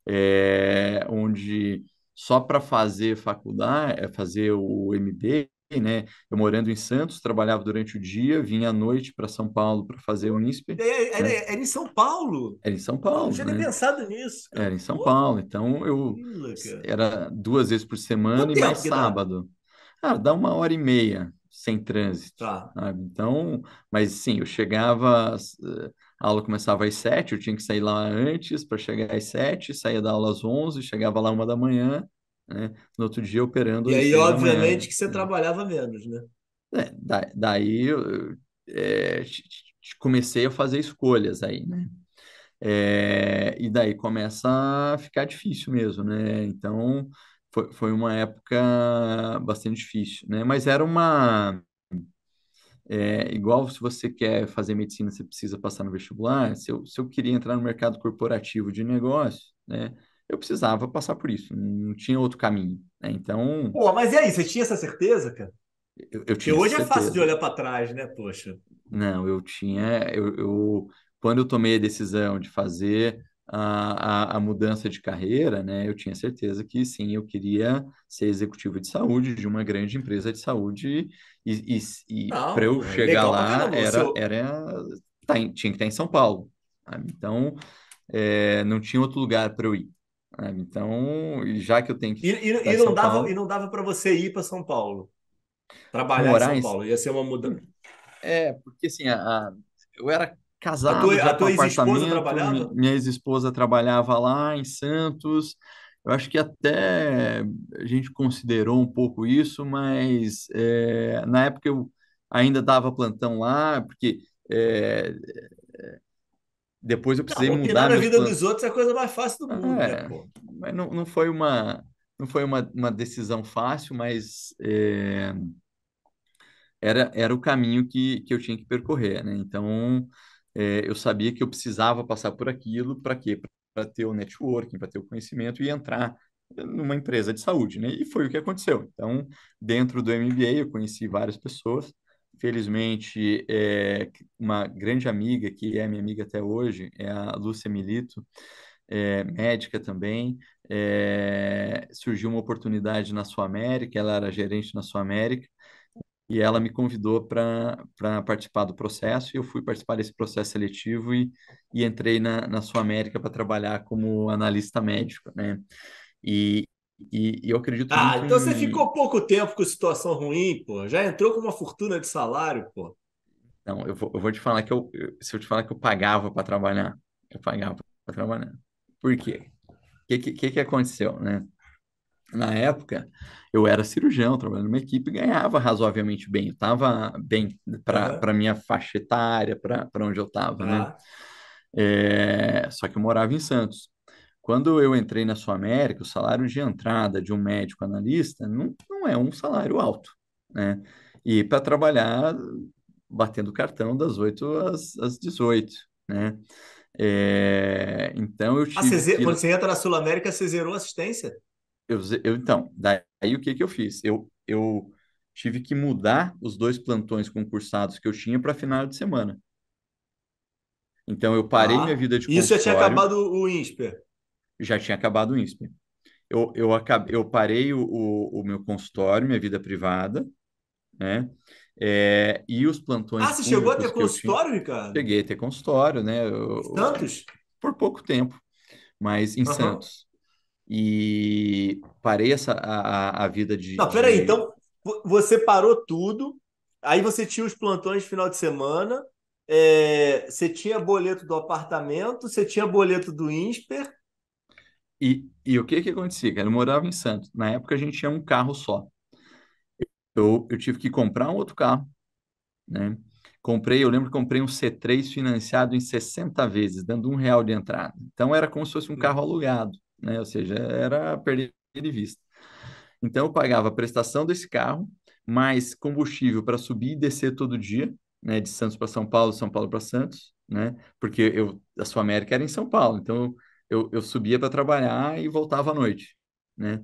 onde só para fazer faculdade, fazer o MBA, né? Eu morando em Santos, trabalhava durante o dia, vinha à noite para São Paulo para fazer o INSPE, né? Era em São Paulo. Era em São Pô, não Paulo, tinha nem né? pensado nisso, cara. Era em São Pô, Paulo. Então eu tranquila, cara. era 2 vezes por semana Quanto e mais tempo que dá? sábado. Ah, dá 1 hora e meia sem trânsito, Tá. sabe? Então, mas sim, eu chegava, a aula começava às 7, eu tinha que sair lá antes para chegar às 7, saía da aula às 11, chegava lá 1 da manhã, né? No outro dia operando E às aí, 6 da manhã, obviamente, que você né? trabalhava menos, né? Daí eu comecei a fazer escolhas aí, né? E daí começa a ficar difícil mesmo, né? Então, foi uma época bastante difícil, né? Mas era igual se você quer fazer medicina, você precisa passar no vestibular. Se eu queria entrar no mercado corporativo de negócio, né? eu precisava passar por isso, não tinha outro caminho, né? Então, Pô, mas e aí, você tinha essa certeza, cara? eu Porque tinha essa hoje é fácil de certeza. olhar para trás, né, poxa? Não, quando eu tomei a decisão de fazer a mudança de carreira, né, eu tinha certeza que sim, eu queria ser executivo de saúde de uma grande empresa de saúde e para Não, eu pô, é chegar legal pra lá caramba. O seu... tinha que estar em São Paulo, sabe? Então, não tinha outro lugar para eu ir, sabe? Então, já que eu tenho que estar em São E Paulo, não dava para você ir para São Paulo, trabalhar em morar São em, Paulo. Ia ser uma mudança. porque assim, eu era casado já A com tua ex-esposa apartamento, trabalhava? minha ex-esposa trabalhava lá em Santos. Eu acho que até a gente considerou um pouco isso, mas na época eu ainda dava plantão lá, porque é, depois eu Não, precisei opinar mudar na meus vida planos. dos outros é a coisa mais fácil do mundo, né, pô? Mas não foi uma decisão fácil, mas era o caminho que eu tinha que percorrer, né? Então, eu sabia que eu precisava passar por aquilo, para quê? Para ter o networking, para ter o conhecimento e entrar numa empresa de saúde, né? E foi o que aconteceu. Então, dentro do MBA, eu conheci várias pessoas. Felizmente, uma grande amiga, que é minha amiga até hoje, é a Lúcia Milito, médica também. Surgiu uma oportunidade na Sul América, ela era gerente na Sul América, e ela me convidou para participar do processo, e eu fui participar desse processo seletivo e entrei na Sul América para trabalhar como analista médico, né? E, e eu acredito Ah, muito então você em... ficou pouco tempo com situação ruim, pô. Já entrou com uma fortuna de salário, pô. Não, eu vou te falar que se eu te falar que eu pagava para trabalhar, eu pagava para trabalhar. Por quê? O que aconteceu, né? Na época, eu era cirurgião, trabalhando numa equipe, e ganhava razoavelmente bem. Eu estava bem Aham. para minha faixa etária, para onde eu estava, né? Ah. Só que eu morava em Santos. Quando eu entrei na Sul América, o salário de entrada de um médico analista não é um salário alto, né? E para trabalhar batendo cartão das 8 às 18, né? Então eu Ah, tive que quando você entra na Sul-América, você zerou a assistência? então, daí o que que eu fiz? Eu tive que mudar os dois plantões concursados que eu tinha para final de semana. Então, eu parei minha Tá. vida de E isso já tinha consultório, acabado o INSPER. já tinha acabado o INSPE. Eu parei o meu consultório, minha vida privada, né? E os Ah, plantões você chegou a públicos ter que eu tinha, consultório, Ricardo? cheguei a ter consultório, né? Santos? Por pouco tempo, mas em Aham. Santos. E parei a vida Não, peraí. Então, você parou tudo, aí você tinha os plantões de final de semana, você tinha boleto do apartamento, você tinha boleto do INSPER. E o que que acontecia, cara? Eu morava em Santos. Na época a gente tinha um carro só. Eu tive que comprar um outro carro, né? Eu lembro que comprei um C3 financiado em 60 vezes, dando R$ 1 de entrada. Então era como se fosse um carro alugado, né? Ou seja, era perder de vista. Então eu pagava a prestação desse carro, mais combustível para subir e descer todo dia, né? De Santos para São Paulo, São Paulo para Santos, né? Porque a Sul América era em São Paulo, então eu subia para trabalhar e voltava à noite, né?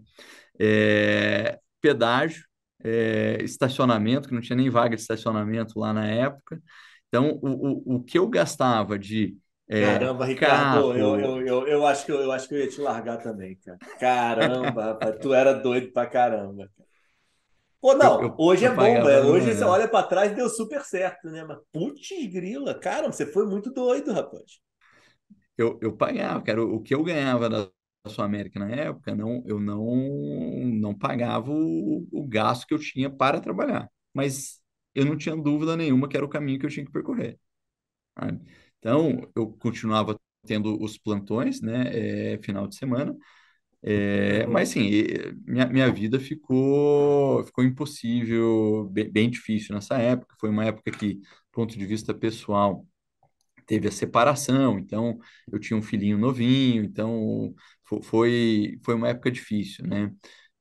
Pedágio, estacionamento, que não tinha nem vaga de estacionamento lá na época. Então, o que eu gastava de Caramba, Ricardo, carro, eu acho que eu ia te largar também, cara. Caramba, rapaz, tu era doido pra caramba. Pô, não, hoje eu é bom, pagava a velho. mesma Hoje você grana. olha pra trás e deu super certo, né? Mas putz grila, cara, você foi muito doido, rapaz. Eu pagava, cara, o que eu ganhava da Sul América na época, eu não pagava o gasto que eu tinha para trabalhar. Mas eu não tinha dúvida nenhuma que era o caminho que eu tinha que percorrer, sabe? Então, eu continuava tendo os plantões, né, final de semana, mas Uhum. assim, minha vida ficou impossível, bem difícil nessa época. Foi uma época que, do ponto de vista pessoal, teve a separação, então eu tinha um filhinho novinho, então foi uma época difícil, né?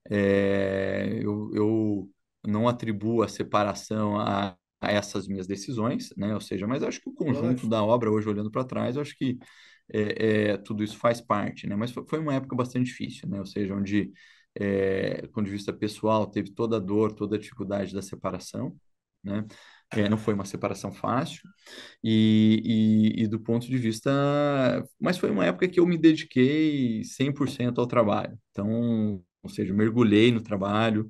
Eu não atribuo a separação a essas minhas decisões, né? Ou seja, mas acho que o conjunto Lógico. da obra, hoje olhando para trás, eu acho que tudo isso faz parte, né? Mas foi uma época bastante difícil, né? Ou seja, onde, do ponto de vista pessoal, teve toda a dor, toda a dificuldade da separação, né? Não foi uma separação fácil, e do ponto de vista. Mas foi uma época que eu me dediquei 100% ao trabalho. Então, ou seja, mergulhei no trabalho,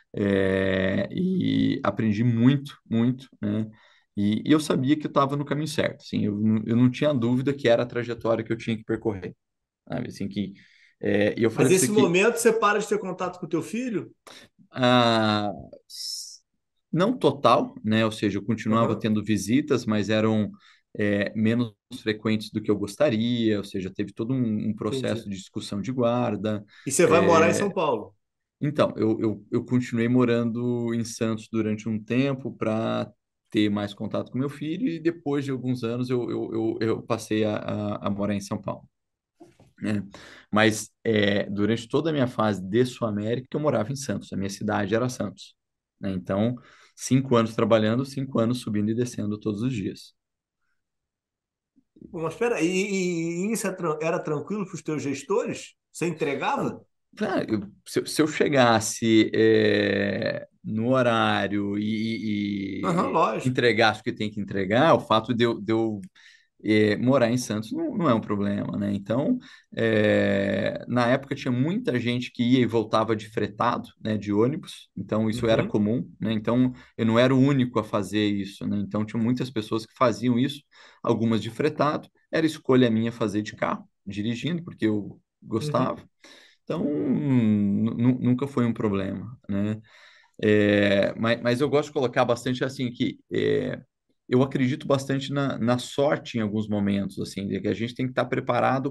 e aprendi muito, muito, né? E eu sabia que eu estava no caminho certo, assim, eu não tinha dúvida que era a trajetória que eu tinha que percorrer, sabe? Assim, e eu Mas falei para você esse que momento você para de ter contato com o teu filho? ah, não total, né? Ou seja, eu continuava Aham, tendo visitas, mas eram menos frequentes do que eu gostaria, ou seja, teve todo um entendi. processo de discussão de guarda. E você vai morar em São é, Paulo? Então, eu continuei morando em Santos durante um tempo para ter mais contato com meu filho, e depois de alguns anos eu passei a morar em São Paulo, né? Mas durante toda a minha fase de Sul América, eu morava em Santos, a minha cidade era Santos, né? Então, 5 anos trabalhando, 5 anos subindo e descendo todos os dias. Pô, mas espera, e isso era tranquilo para os teus gestores? Você Não, entregava? se eu chegasse no horário Aham, e lógico. entregasse o que tem que entregar, o fato de eu morar em Santos não é um problema, né? Então, na época tinha muita gente que ia e voltava de fretado, né, de ônibus, então isso era Uhum, comum, né? Então, eu não era o único a fazer isso, né? Então, tinha muitas pessoas que faziam isso, algumas de fretado, era escolha minha fazer de carro, dirigindo, porque eu uhum, gostava. Então, nunca foi um problema, né? Mas eu gosto de colocar bastante assim que eu acredito bastante na sorte em alguns momentos, assim, de que a gente tem que estar preparado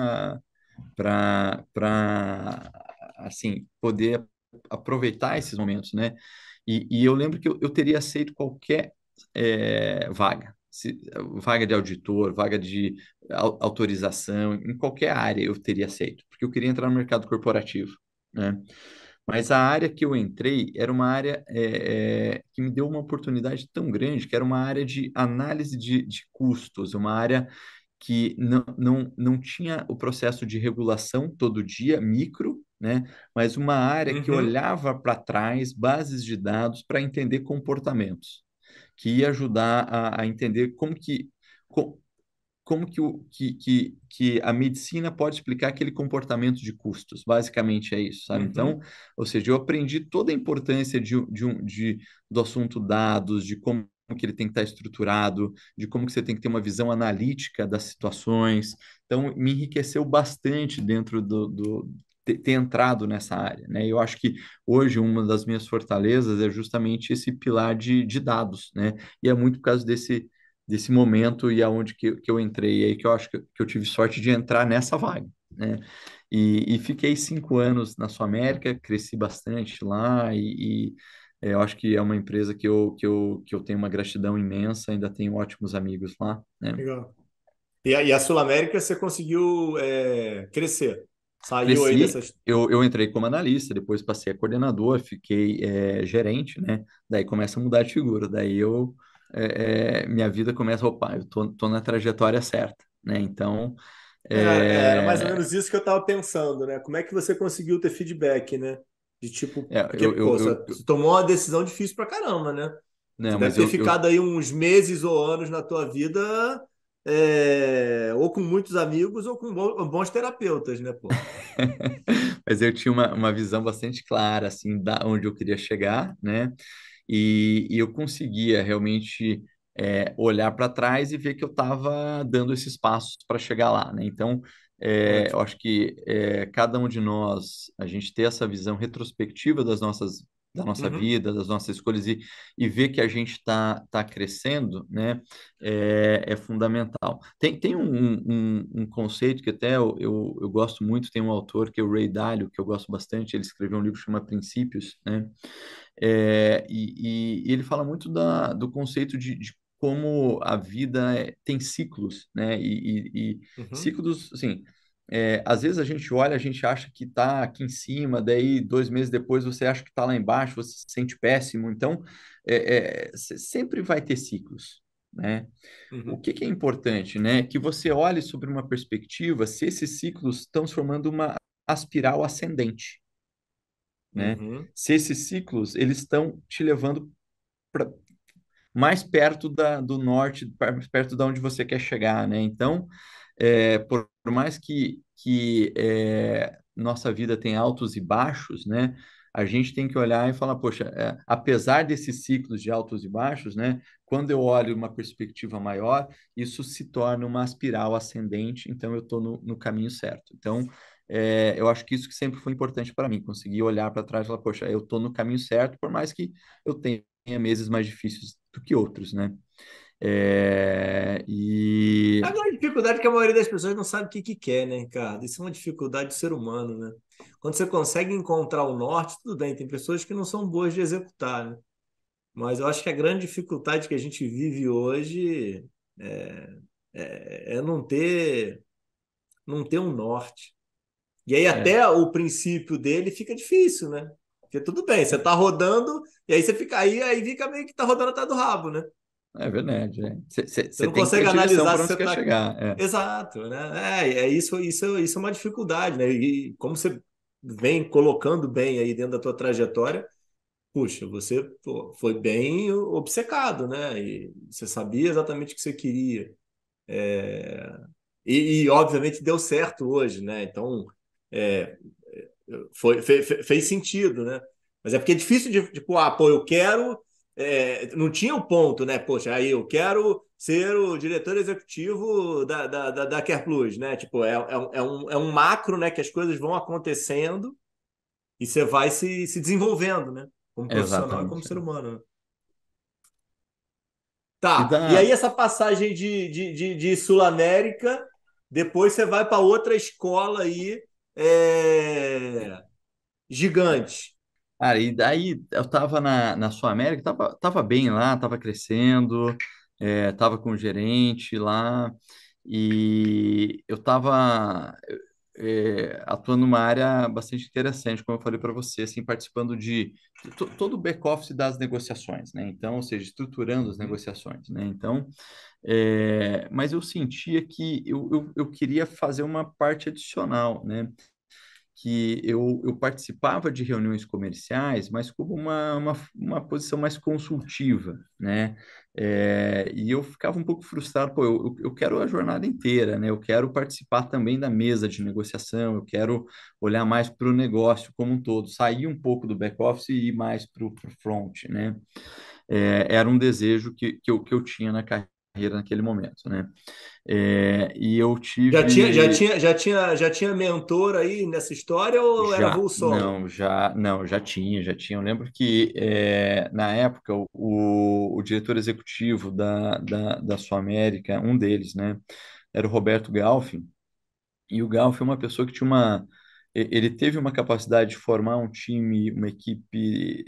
para assim poder aproveitar esses momentos, né? E eu lembro que eu teria aceito qualquer vaga, vaga de auditor, vaga de autorização, em qualquer área eu teria aceito, porque eu queria entrar no mercado corporativo, né? Mas a área que eu entrei era uma área que me deu uma oportunidade tão grande, que era uma área de análise de custos, uma área que não tinha o processo de regulação todo dia, micro, né? Mas uma área que uhum, olhava para trás, bases de dados, para entender comportamentos, que ia ajudar a entender como que a medicina pode explicar aquele comportamento de custos. Basicamente é isso, sabe? Então, uhum, ou seja, eu aprendi toda a importância do assunto dados, de como que ele tem que estar estruturado, de como que você tem que ter uma visão analítica das situações. Então, me enriqueceu bastante dentro ter entrado nessa área, né? Eu acho que hoje uma das minhas fortalezas é justamente esse pilar de dados, né? E é muito por causa desse momento e aonde que eu entrei, aí que eu acho que eu tive sorte de entrar nessa vaga, né? E fiquei 5 anos na Sul América, cresci bastante lá eu acho que é uma empresa que eu tenho uma gratidão imensa, ainda tenho ótimos amigos lá, né? legal. E a Sul-América você conseguiu crescer. Saiu aí Cresci, dessas. eu entrei como analista, depois passei a coordenador, fiquei gerente, né? Daí começa a mudar de figura, daí minha vida começa, opa, eu tô na trajetória certa, né? Então, Era mais ou é, menos isso que eu estava pensando, né? Como é que você conseguiu ter feedback, né? De tipo, É, porque, eu, pô, eu, você eu, eu- tomou uma decisão difícil pra caramba, né? Você não, deve mas ter ficado aí uns meses ou anos na tua vida, ou com muitos amigos ou com bons terapeutas, né, pô? mas eu tinha uma visão bastante clara, assim, da onde eu queria chegar, né? E eu conseguia realmente olhar para trás e ver que eu estava dando esses passos para chegar lá, né? Então, eu Ótimo. acho que cada um de nós, a gente ter essa visão retrospectiva da nossa Uhum, vida, das nossas escolhas e ver que a gente está crescendo, né? É fundamental. Tem um conceito que até eu gosto muito, tem um autor que é o Ray Dalio, que eu gosto bastante, ele escreveu um livro que chama Princípios, né? E ele fala muito do conceito de como a vida tem ciclos, né? E uhum, ciclos, assim, às vezes a gente olha, a gente acha que está aqui em cima, daí 2 meses depois você acha que está lá embaixo, você se sente péssimo. Então, sempre vai ter ciclos. né? O Uhum. que que é importante, né? Que você olhe sobre uma perspectiva se esses ciclos estão se formando uma espiral ascendente, né? Uhum. Se esses ciclos eles estão te levando mais perto do norte, perto de onde você quer chegar, né? Então, por mais que nossa vida tem altos e baixos, né? A gente tem que olhar e falar, poxa, apesar desses ciclos de altos e baixos, né? Quando eu olho uma perspectiva maior, isso se torna uma espiral ascendente, então eu estou no caminho certo. Então, eu acho que isso que sempre foi importante para mim, conseguir olhar para trás e falar, poxa, eu estou no caminho certo, por mais que eu tenha meses mais difíceis do que outros, né? A grande dificuldade é que a maioria das pessoas não sabe o que que quer, né, Ricardo? Isso é uma dificuldade do ser humano, né? Quando você consegue encontrar o norte, tudo bem, tem pessoas que não são boas de executar, né? Mas eu acho que a grande dificuldade que a gente vive hoje é, é não ter um norte. E aí É, até o princípio dele fica difícil, né? Porque tudo bem, você tá rodando e aí você fica aí fica meio que tá rodando atrás do rabo, né? é verdade. Você Você não tem que ter consegue direção analisar para se onde você você quer está. chegar. É, Exato, né? Isso é uma dificuldade, né? E como você vem colocando bem aí dentro da tua trajetória, puxa, você pô, foi bem obcecado, né? E você sabia exatamente o que você queria. Obviamente deu certo hoje, né? Então é, fez sentido, né? Mas é porque é difícil de, tipo, pô, eu quero. Não tinha o ponto, né? Poxa, aí eu quero ser o diretor executivo da Care Plus, né? Tipo, é um macro, né? Que as coisas vão acontecendo e você vai se desenvolvendo, né? Como profissional e como exatamente. ser humano, né? E Tá. E da, aí, essa passagem de Sul-América, depois você vai para outra escola aí, gigante. Cara, e daí eu tava na Sul América, tava bem lá, tava crescendo, tava com o gerente lá, e eu tava atuando numa área bastante interessante, como eu falei para você, assim, participando de todo o back-office das negociações, né? Então, ou seja, estruturando as Uhum, negociações, né? Então, mas eu sentia que eu queria fazer uma parte adicional, né? Que eu participava de reuniões comerciais, mas como uma posição mais consultiva, né? E eu ficava um pouco frustrado, pô, eu quero a jornada inteira, né? Eu quero participar também da mesa de negociação, eu quero olhar mais para o negócio como um todo, sair um pouco do back-office e ir mais para o front, né? Era um desejo que eu tinha na carreira naquele momento, né? E eu tive já tinha mentor aí nessa história ou era já, voo solo? não, já tinha. Eu lembro que na época o diretor executivo da Sul América, um deles, né, era o Roberto Galfin, e o Galfin é uma pessoa que tinha ele teve uma capacidade de formar um time, uma equipe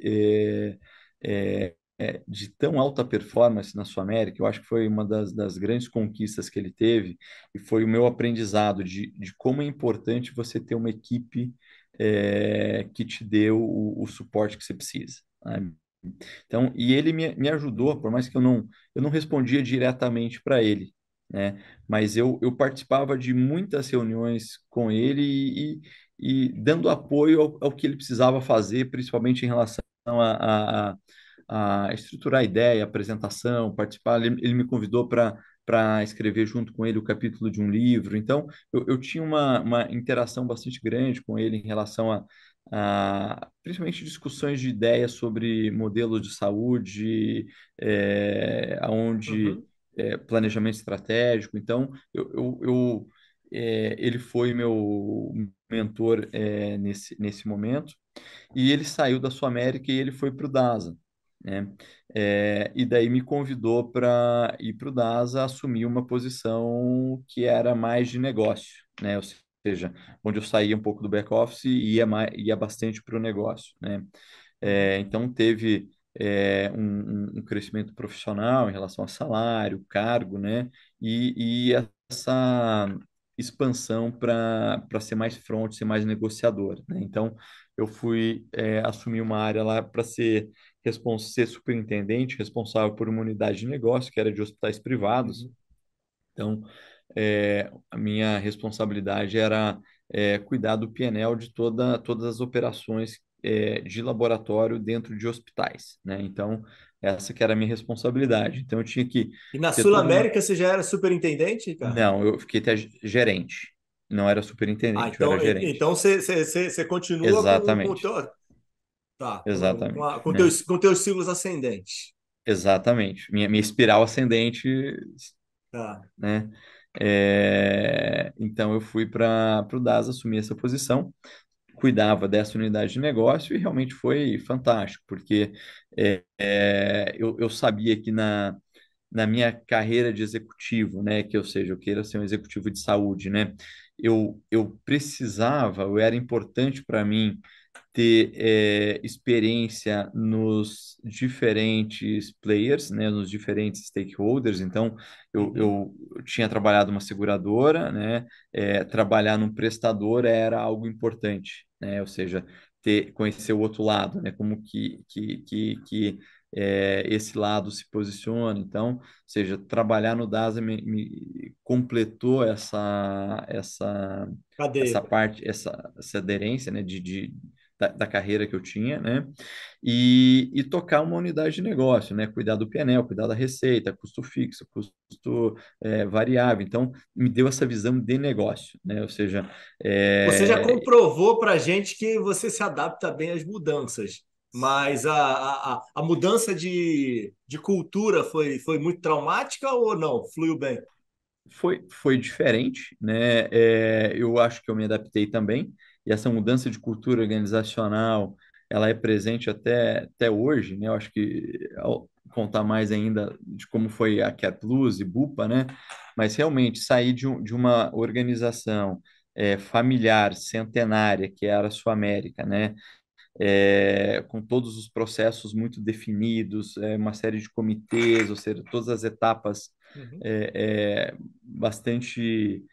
de tão alta performance na Sul América. Eu acho que foi uma das grandes conquistas que ele teve e foi o meu aprendizado de como é importante você ter uma equipe que te dê o suporte que você precisa, sabe? Então, e ele me ajudou, Uhum, por mais que eu não respondia diretamente para ele, né? Mas eu participava de muitas reuniões com ele e dando apoio ao que ele precisava fazer, principalmente em relação a estruturar a ideia, a apresentação, participar. Ele me convidou para escrever junto com ele o capítulo de um livro. Então, eu tinha uma interação bastante grande com ele em relação principalmente discussões de ideias sobre modelos de saúde, aonde uhum, planejamento estratégico. Então, ele foi meu mentor nesse momento. E ele saiu da Sul América e ele foi para o DASA, né? E daí me convidou para ir para o DASA assumir uma posição que era mais de negócio, né? Ou seja, onde eu saía um pouco do back-office e ia bastante para o negócio, né? uhum, Então teve um crescimento profissional em relação a salário, cargo, né? E essa expansão para ser mais front, ser mais negociador, né? Então eu fui assumir uma área lá para ser ser superintendente, responsável por uma unidade de negócio, que era de hospitais privados. Uhum. Então, a minha responsabilidade era cuidar do PNL de todas as operações de laboratório dentro de hospitais, né? Então, essa que era a minha responsabilidade. Então, eu tinha que E na ter toda uma... Sul-América você já era superintendente, Ricardo? Não, eu fiquei até gerente, não era Ah, superintendente, eu era então, gerente. então você continua com o Exatamente, teu, tá, exatamente, né? com teus ciclos ascendentes. Exatamente. Minha espiral ascendente, Tá. né? Então eu fui para o DAS assumir essa posição, cuidava dessa unidade de negócio e realmente foi fantástico, porque eu sabia que na minha carreira de executivo, né, que ou seja, eu queira ser um executivo de saúde, né, eu precisava, ou era importante para mim ter experiência nos diferentes players, né, nos diferentes stakeholders. Então, Uhum. eu tinha trabalhado numa seguradora, né, trabalhar num prestador era algo importante, né, ou seja, conhecer o outro lado, né, como que esse lado se posiciona. Então, ou seja, trabalhar no DASA me completou essa Cadeia. parte, essa aderência, né, da carreira que eu tinha, né, e tocar uma unidade de negócio, né, cuidar do PNL, cuidar da receita, custo fixo, custo variável. Então, me deu essa visão de negócio, né, ou seja, Você já é, comprovou para a gente que você se adapta bem às mudanças, mas a mudança de cultura foi muito traumática ou não? Fluiu bem? foi diferente, né? Eu acho que eu me adaptei também, e essa mudança de cultura organizacional, ela é presente até hoje, né? Eu acho que ao contar mais ainda de como foi a Care Plus e Bupa, né? Mas realmente sair de uma organização familiar, centenária, que era a Suamérica, né? Com todos os processos muito definidos, uma série de comitês, ou seja, todas as etapas Uhum. bastante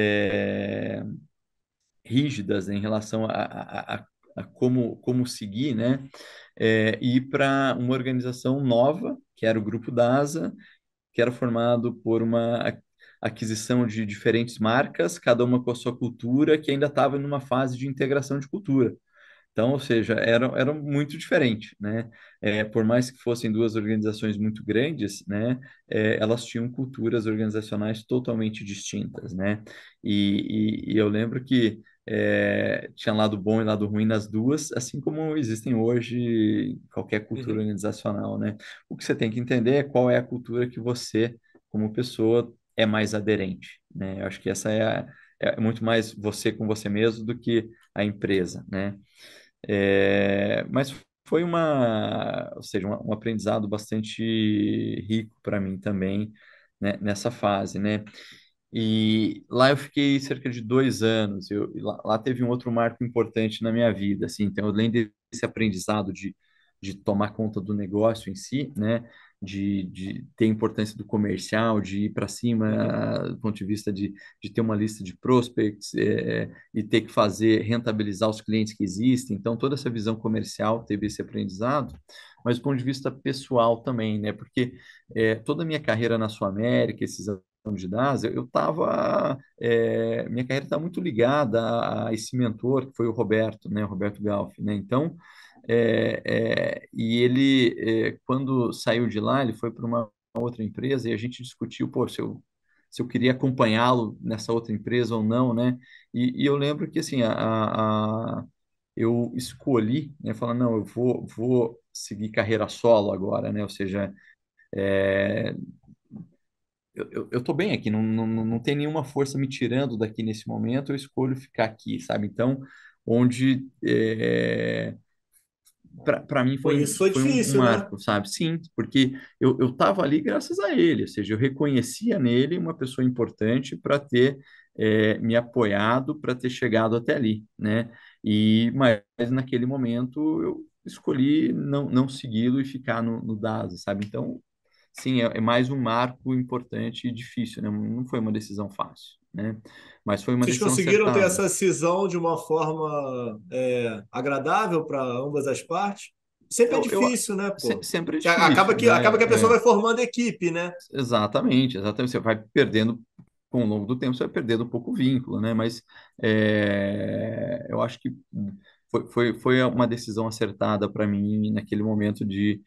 é, rígidas em relação a como seguir, né? E ir para uma organização nova, que era o Grupo DASA, que era formado por uma aquisição de diferentes marcas, cada uma com a sua cultura, que ainda estava numa fase de integração de cultura. Então, ou seja, era muito diferente, né? Por mais que fossem duas organizações muito grandes, né? Elas tinham culturas organizacionais totalmente distintas, né? E eu lembro que tinha lado bom e lado ruim nas duas, assim como existem hoje em qualquer cultura Uhum. organizacional, né? O que você tem que entender é qual é a cultura que você, como pessoa, é mais aderente, né? Eu acho que essa é muito mais você com você mesmo do que a empresa, né? Mas foi ou seja, um aprendizado bastante rico para mim também, né, nessa fase, né? E lá eu fiquei cerca de 2 anos. E lá teve um outro marco importante na minha vida, assim. Então, além desse aprendizado de tomar conta do negócio em si, né? De ter a importância do comercial, de ir para Uhum. cima, do ponto de vista de ter uma lista de prospects, e ter que fazer, rentabilizar os clientes que existem. Então, toda essa visão comercial teve esse aprendizado, mas do ponto de vista pessoal também, né? Porque toda a minha carreira na Sul América, esses de DAS, eu estava, minha carreira está muito ligada a esse mentor que foi o Roberto, né, o Roberto Galf, né? Então, e ele, quando saiu de lá, ele foi para uma outra empresa e a gente discutiu, pô, se eu queria acompanhá-lo nessa outra empresa ou não, né? E eu lembro que, assim, eu escolhi, né, falar, não, eu vou seguir carreira solo agora, né? Ou seja, é, eu tô bem aqui, não tem nenhuma força me tirando daqui nesse momento, eu escolho ficar aqui, sabe? Então, onde para mim Pô, isso foi foi um difícil, né? marco, sabe? Sim, porque eu tava ali graças a ele, ou seja, eu reconhecia nele uma pessoa importante para ter me apoiado, para ter chegado até ali, né? Mas naquele momento eu escolhi não segui-lo e ficar no DASA, sabe? Então, sim, é mais um marco importante e difícil, né? Não foi uma decisão fácil, né? Mas foi uma Vocês decisão conseguiram ter acertada. essa cisão de uma forma agradável para ambas as partes? sempre é eu, difícil, né, pô? sempre é Acaba difícil, acaba que a pessoa né? vai formando equipe, né? Exatamente, exatamente. Você vai perdendo, com o longo do tempo, você vai perdendo um pouco o vínculo, né? Mas eu acho que foi uma decisão acertada para mim naquele momento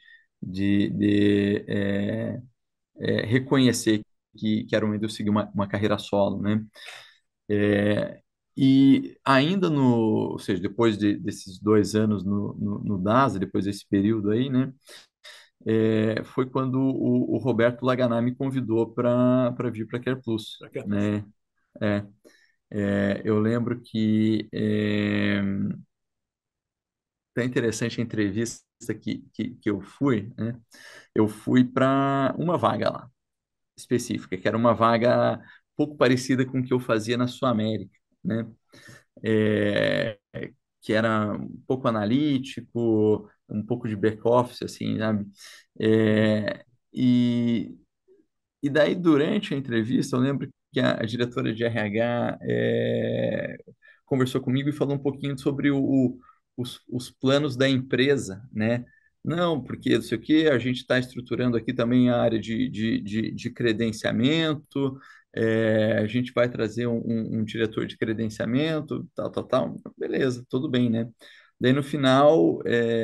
de reconhecer que era o momento de eu seguir uma carreira solo, né? É, e ainda ou seja, depois desses 2 anos no DASA, depois desse período aí, né? Foi quando o Roberto Laganá me convidou para vir para a Care Plus, né? É, eu lembro que é interessante a entrevista que eu fui, né? Eu fui para uma vaga lá, específica, que era uma vaga um pouco parecida com o que eu fazia na Sul América, né? É, que era um pouco analítico, um pouco de back-office, assim, sabe? É, e, E daí, durante a entrevista, eu lembro que a diretora de RH conversou comigo e falou um pouquinho sobre os planos da empresa, né? Não, porque não sei o quê, a gente está estruturando aqui também a área de credenciamento, a gente vai trazer um diretor de credenciamento, tal, tal, tal. Beleza, tudo bem, né? Daí, no final,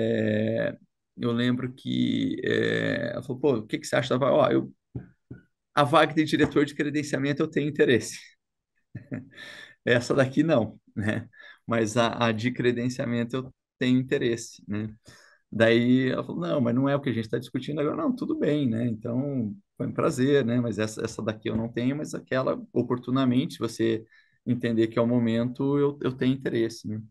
eu lembro que ela falou, pô, o que que você acha da vaga? Ó, a vaga de diretor de credenciamento eu tenho interesse. Essa daqui não, né? Mas a de credenciamento eu tenho interesse, né? Daí ela falou, não, mas não é o que a gente está discutindo agora. Não, tudo bem, né? Então, foi um prazer, né? Mas essa daqui eu não tenho, mas aquela, oportunamente, se você entender que é o momento, eu tenho interesse, né?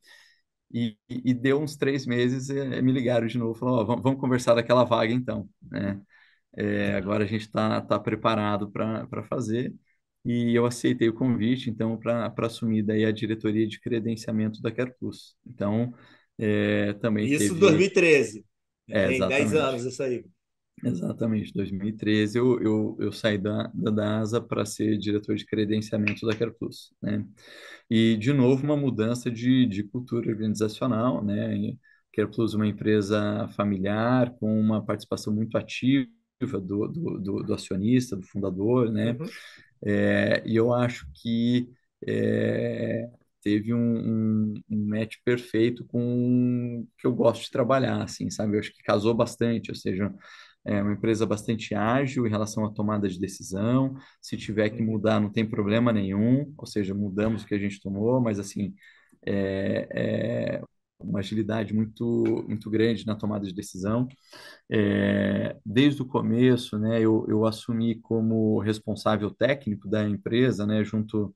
E deu uns 3 meses, me ligaram de novo, falaram, ó, vamos conversar daquela vaga então, né? Agora a gente está preparado para fazer e eu aceitei o convite, então, para assumir daí a diretoria de credenciamento da CarePlus. Então, também Isso em teve... 2013. Tem 10 anos Exatamente. isso aí. Exatamente. 2013 eu saí da DASA para ser diretor de credenciamento da CarePlus, né? E, de novo, uma mudança de cultura organizacional, né? E CarePlus é uma empresa familiar com uma participação muito ativa do acionista, do fundador, né? Uhum. E eu acho que é, teve um match perfeito com o que eu gosto de trabalhar, assim, sabe? Eu acho que casou bastante, ou seja, é uma empresa bastante ágil em relação à tomada de decisão. Se tiver que Uhum. mudar, não tem problema nenhum, ou seja, mudamos o que a gente tomou, mas assim, uma agilidade muito grande na tomada de decisão. Desde o começo, né, eu assumi como responsável técnico da empresa, né, junto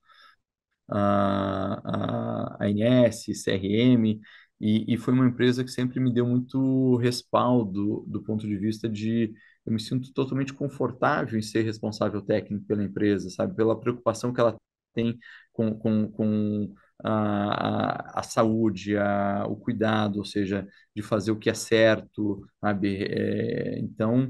a ANS, CRM, e foi uma empresa que sempre me deu muito respaldo do ponto de vista de eu me sinto totalmente confortável em ser responsável técnico pela empresa, sabe? Pela preocupação que ela tem com a saúde, o cuidado, ou seja, de fazer o que é certo, sabe? Então,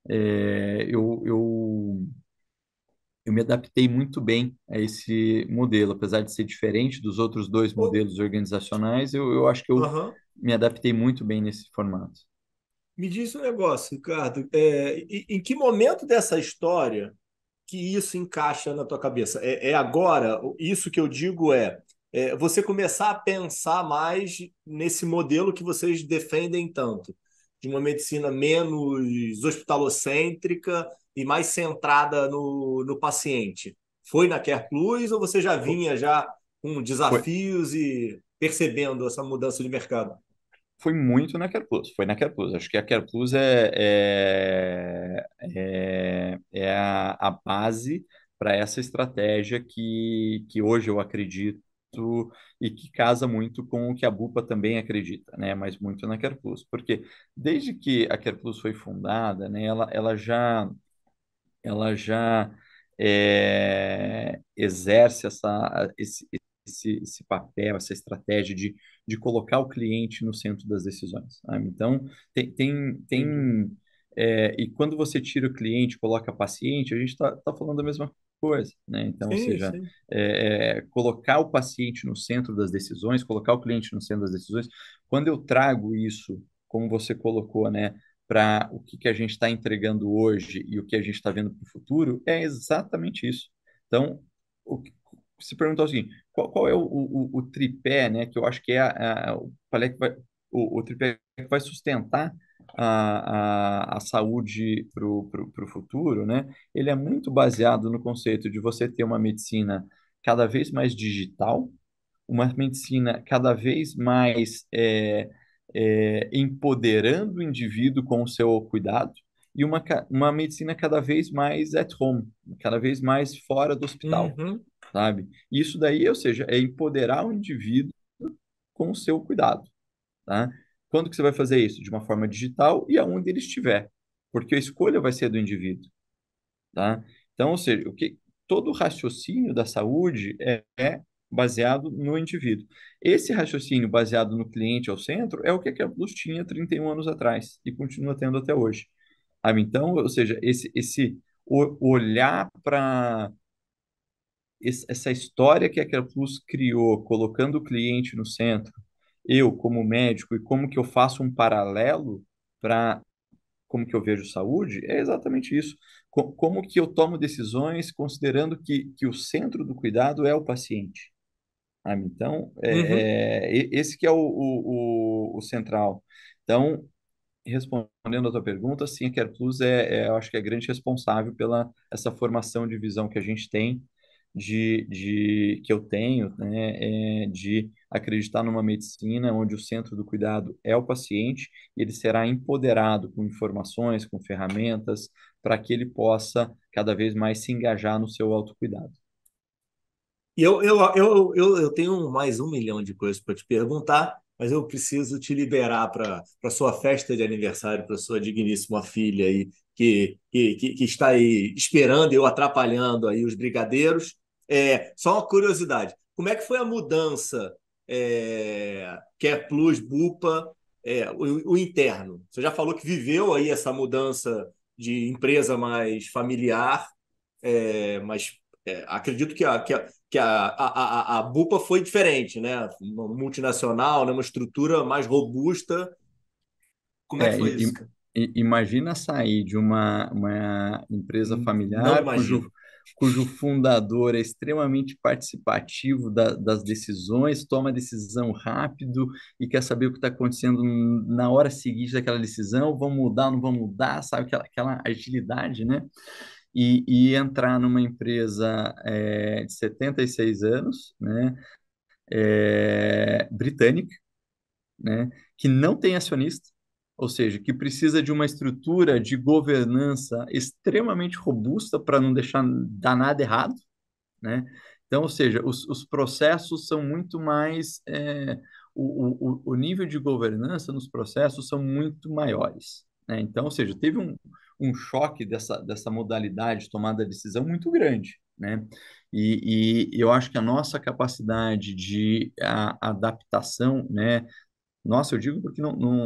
eu me adaptei muito bem a esse modelo, apesar de ser diferente dos outros dois Ô, modelos organizacionais, eu acho que eu aham. me adaptei muito bem nesse formato. Me diz um negócio, Ricardo. Em que momento dessa história que isso encaixa na tua cabeça? É agora? Isso que eu digo é você começar a pensar mais nesse modelo que vocês defendem tanto, de uma medicina menos hospitalocêntrica e mais centrada no paciente. Foi na Care Plus ou você já Fo- vinha já com Foi, desafios e percebendo essa mudança de mercado? foi muito na Care Plus, foi na Care Plus. Acho que a Care Plus é a base para essa estratégia que hoje eu acredito e que casa muito com o que a Bupa também acredita, né? Mas muito na Care Plus, porque desde que a Care Plus foi fundada, né, ela já exerce esse papel, essa estratégia de colocar o cliente no centro das decisões, sabe? Então, Entendi. e quando você tira o cliente, e coloca paciente, a gente está falando da mesma coisa, né? Então, ou Sim, seja, sim. colocar o paciente no centro das decisões, colocar o cliente no centro das decisões. Quando eu trago isso como você colocou, né, para o que a gente está entregando hoje e o que a gente está vendo para o futuro, é exatamente isso. Então, se perguntar o seguinte, qual é o tripé, né, que eu acho que é qual é que vai, o tripé que vai sustentar a saúde para o futuro, né? Ele é muito baseado no conceito de você ter uma medicina cada vez mais digital, uma medicina cada vez mais empoderando o indivíduo com o seu cuidado e uma medicina cada vez mais at home, cada vez mais fora do hospital, Uhum. sabe? Isso daí, ou seja, é empoderar o indivíduo com o seu cuidado, tá? Quando que você vai fazer isso? De uma forma digital e aonde ele estiver, porque a escolha vai ser do indivíduo, tá? Então, ou seja, todo o raciocínio da saúde é baseado no indivíduo. Esse raciocínio baseado no cliente ao centro é o que a Plus tinha 31 anos atrás e continua tendo até hoje. Sabe? Então, ou seja, olhar para essa história que a Plus criou, colocando o cliente no centro, eu como médico, e como que eu faço um paralelo para como que eu vejo saúde, é exatamente isso. Como que eu tomo decisões considerando que o centro do cuidado é o paciente. Sabe? Então, Uhum. esse que é o central. Então, respondendo a tua pergunta, sim, a Care Plus eu acho que é a grande responsável pela essa formação de visão que a gente tem, que eu tenho, né, de acreditar numa medicina onde o centro do cuidado é o paciente e ele será empoderado com informações, com ferramentas, para que ele possa cada vez mais se engajar no seu autocuidado. E eu tenho mais 1 milhão de coisas para te perguntar, mas eu preciso te liberar para sua festa de aniversário, para sua digníssima filha aí, que está aí esperando, eu atrapalhando aí os brigadeiros. Só uma curiosidade, como é que foi a mudança Care Plus, Bupa, o interno? Você já falou que viveu aí essa mudança de empresa mais familiar, mas acredito que a Bupa foi diferente, né? Uma multinacional, né? Uma estrutura mais robusta. Como é que É, foi e- isso, cara? Imagina sair de uma empresa Não familiar imagino. cujo fundador é extremamente participativo das decisões, toma decisão rápido e quer saber o que está acontecendo na hora seguinte daquela decisão, vão mudar, não vão mudar, sabe? Aquela agilidade, né? E entrar numa empresa de 76 anos, né? Britânica, né, que não tem acionista, ou seja, que precisa de uma estrutura de governança extremamente robusta para não deixar dar nada errado, né? Então, ou seja, os processos são muito mais, o nível de governança nos processos são muito maiores, né? Então, ou seja, teve um choque dessa modalidade de tomada de decisão muito grande, né? E eu acho que a nossa capacidade de adaptação, né, nossa, eu digo porque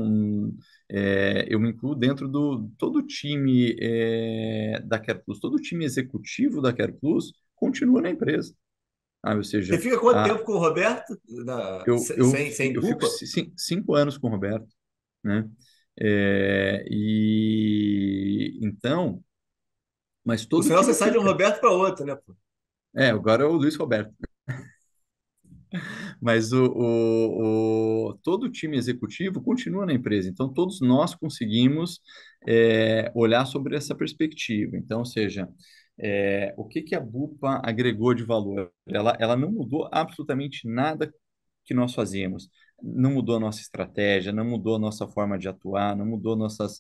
eu me incluo dentro do todo o time da CarePlus, todo o time executivo da CarePlus continua na empresa. Ou Você seja, fica quanto tempo com o Roberto? Sem eu fico Bupa? 5 anos com o Roberto, né? E então, mas Por todo o sinal, você time sai de um fica. Roberto para outro, né, pô? Agora é o Luiz Roberto. Mas todo o time executivo continua na empresa, então todos nós conseguimos olhar sobre essa perspectiva. Então, ou seja, o que a Bupa agregou de valor? Ela não mudou absolutamente nada que nós fazíamos. Não mudou a nossa estratégia, não mudou a nossa forma de atuar, não mudou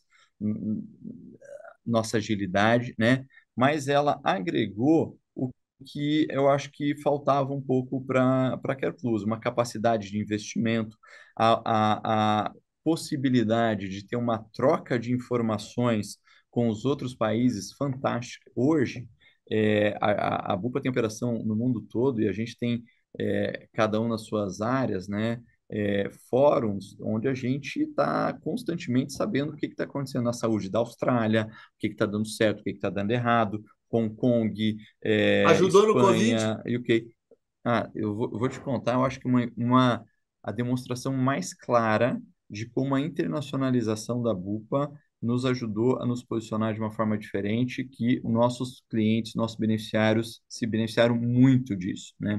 nossa agilidade, né? Mas ela agregou o que eu acho que faltava um pouco para a CarePlus, uma capacidade de investimento, a possibilidade de ter uma troca de informações com os outros países fantástica. Hoje, a Bupa tem operação no mundo todo e a gente tem, cada um nas suas áreas, né? Fóruns onde a gente está constantemente sabendo o que está acontecendo na saúde da Austrália, o que está dando certo, o que está dando errado, Hong Kong, Ajudou no Covid? Espanha, UK. Eu vou te contar, eu acho que a demonstração mais clara de como a internacionalização da Bupa nos ajudou a nos posicionar de uma forma diferente, que nossos clientes, nossos beneficiários se beneficiaram muito disso, né?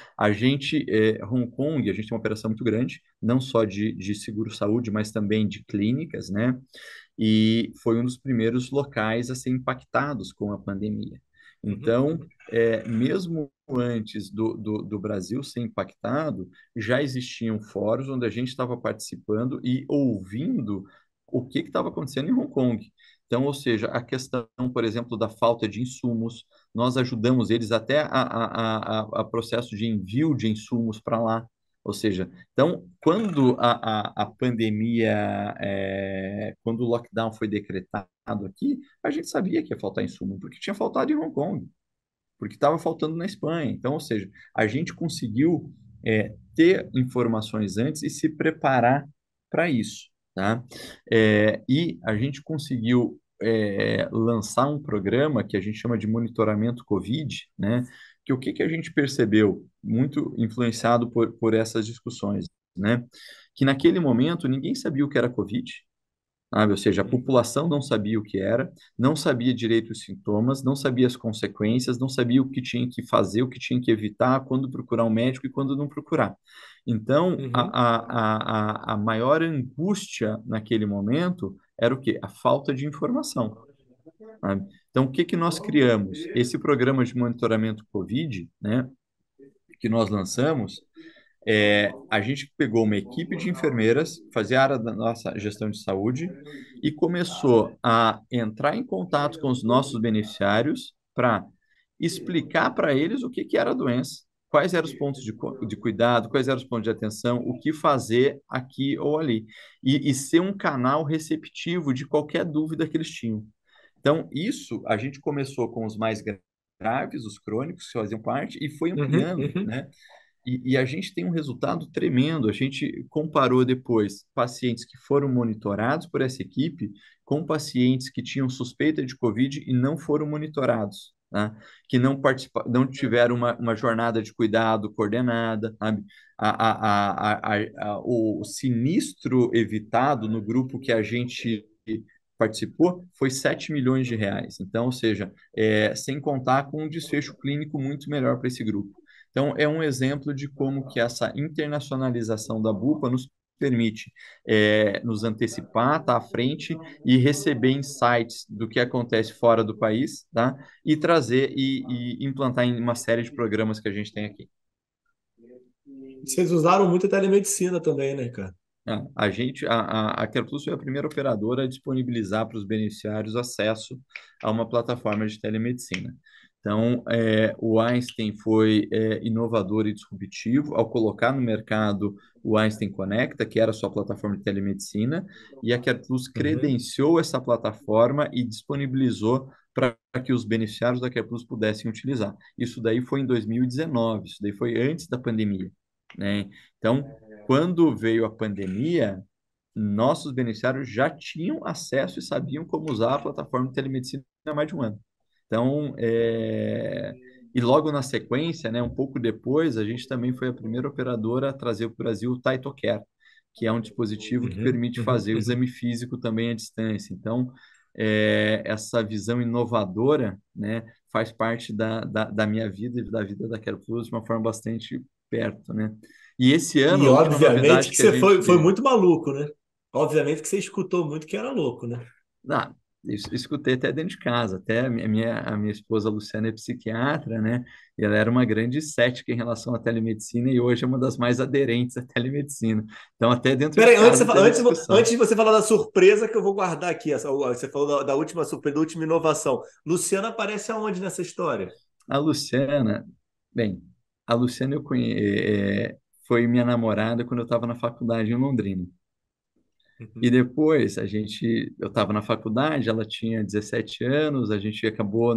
Hong Kong, a gente tem uma operação muito grande, não só de seguro-saúde, mas também de clínicas, né? E foi um dos primeiros locais a ser impactados com a pandemia. Uhum. Então, mesmo antes do Brasil ser impactado, já existiam fóruns onde a gente estava participando e ouvindo o que estava acontecendo em Hong Kong. Então, ou seja, a questão, por exemplo, da falta de insumos, nós ajudamos eles até a processo de envio de insumos para lá. Ou seja, então, quando a pandemia, quando o lockdown foi decretado aqui, a gente sabia que ia faltar insumo, porque tinha faltado em Hong Kong, porque estava faltando na Espanha. Então, ou seja, a gente conseguiu ter informações antes e se preparar para isso, tá? E a gente conseguiu lançar um programa que a gente chama de monitoramento COVID, né? Que o que a gente percebeu, muito influenciado por essas discussões, né? Que naquele momento ninguém sabia o que era COVID, sabe? Ou seja, a população não sabia o que era, não sabia direito os sintomas, não sabia as consequências, não sabia o que tinha que fazer, o que tinha que evitar, quando procurar um médico e quando não procurar. Então, Uhum. a maior angústia naquele momento era o quê? A falta de informação, sabe? Então, o que que nós criamos? Esse programa de monitoramento COVID, né, que nós lançamos, a gente pegou uma equipe de enfermeiras, fazia a área da nossa gestão de saúde, e começou a entrar em contato com os nossos beneficiários para explicar para eles o que, que era a doença, quais eram os pontos de cuidado, quais eram os pontos de atenção, o que fazer aqui ou ali, e ser um canal receptivo de qualquer dúvida que eles tinham. Então, isso a gente começou com os mais graves, os crônicos, que faziam parte, e foi Uhum. ampliando, Uhum. né? E a gente tem um resultado tremendo. A gente comparou depois pacientes que foram monitorados por essa equipe com pacientes que tinham suspeita de Covid e não foram monitorados, tá? Que não tiveram uma jornada de cuidado coordenada, sabe? O sinistro evitado no grupo que a gente participou foi 7 milhões de reais. Então, ou seja, sem contar com um desfecho clínico muito melhor para esse grupo. Então, é um exemplo de como que essa internacionalização da Bupa nos permite nos antecipar, estar à frente e receber insights do que acontece fora do país, tá? E trazer e implantar em uma série de programas que a gente tem aqui. Vocês usaram muito a telemedicina também, né, cara? A CarePlus foi a primeira operadora a disponibilizar para os beneficiários acesso a uma plataforma de telemedicina. Então, o Einstein foi inovador e disruptivo ao colocar no mercado o Einstein Conecta, que era a sua plataforma de telemedicina, e a CarePlus Uhum. credenciou essa plataforma e disponibilizou para que os beneficiários da CarePlus pudessem utilizar. Isso daí foi em 2019, isso daí foi antes da pandemia, né? Então, quando veio a pandemia, nossos beneficiários já tinham acesso e sabiam como usar a plataforma de telemedicina há mais de um ano. Então, e logo na sequência, né, um pouco depois, a gente também foi a primeira operadora a trazer para o Brasil o TaitoCare, que é um dispositivo que Uhum. permite Uhum. fazer o Uhum. exame físico também à distância. Então, essa visão inovadora, né, faz parte da minha vida e da vida da CarePlus de uma forma bastante perto, né? E esse ano, E a última obviamente novidade que que a você foi gente. muito maluco, né? Obviamente que você escutou muito que era louco, né? Ah, escutei até dentro de casa, até a minha esposa Luciana é psiquiatra, né? E ela era uma grande cética em relação à telemedicina e hoje é uma das mais aderentes à telemedicina. Então, até dentro de Peraí, casa teve antes discussão. de você falar da surpresa que eu vou guardar aqui, você falou da última surpresa, da última inovação. Luciana aparece aonde nessa história? A Luciana, bem, a Luciana foi minha namorada quando eu estava na faculdade em Londrina. E Uhum. depois eu estava na faculdade, ela tinha 17 anos, a gente acabou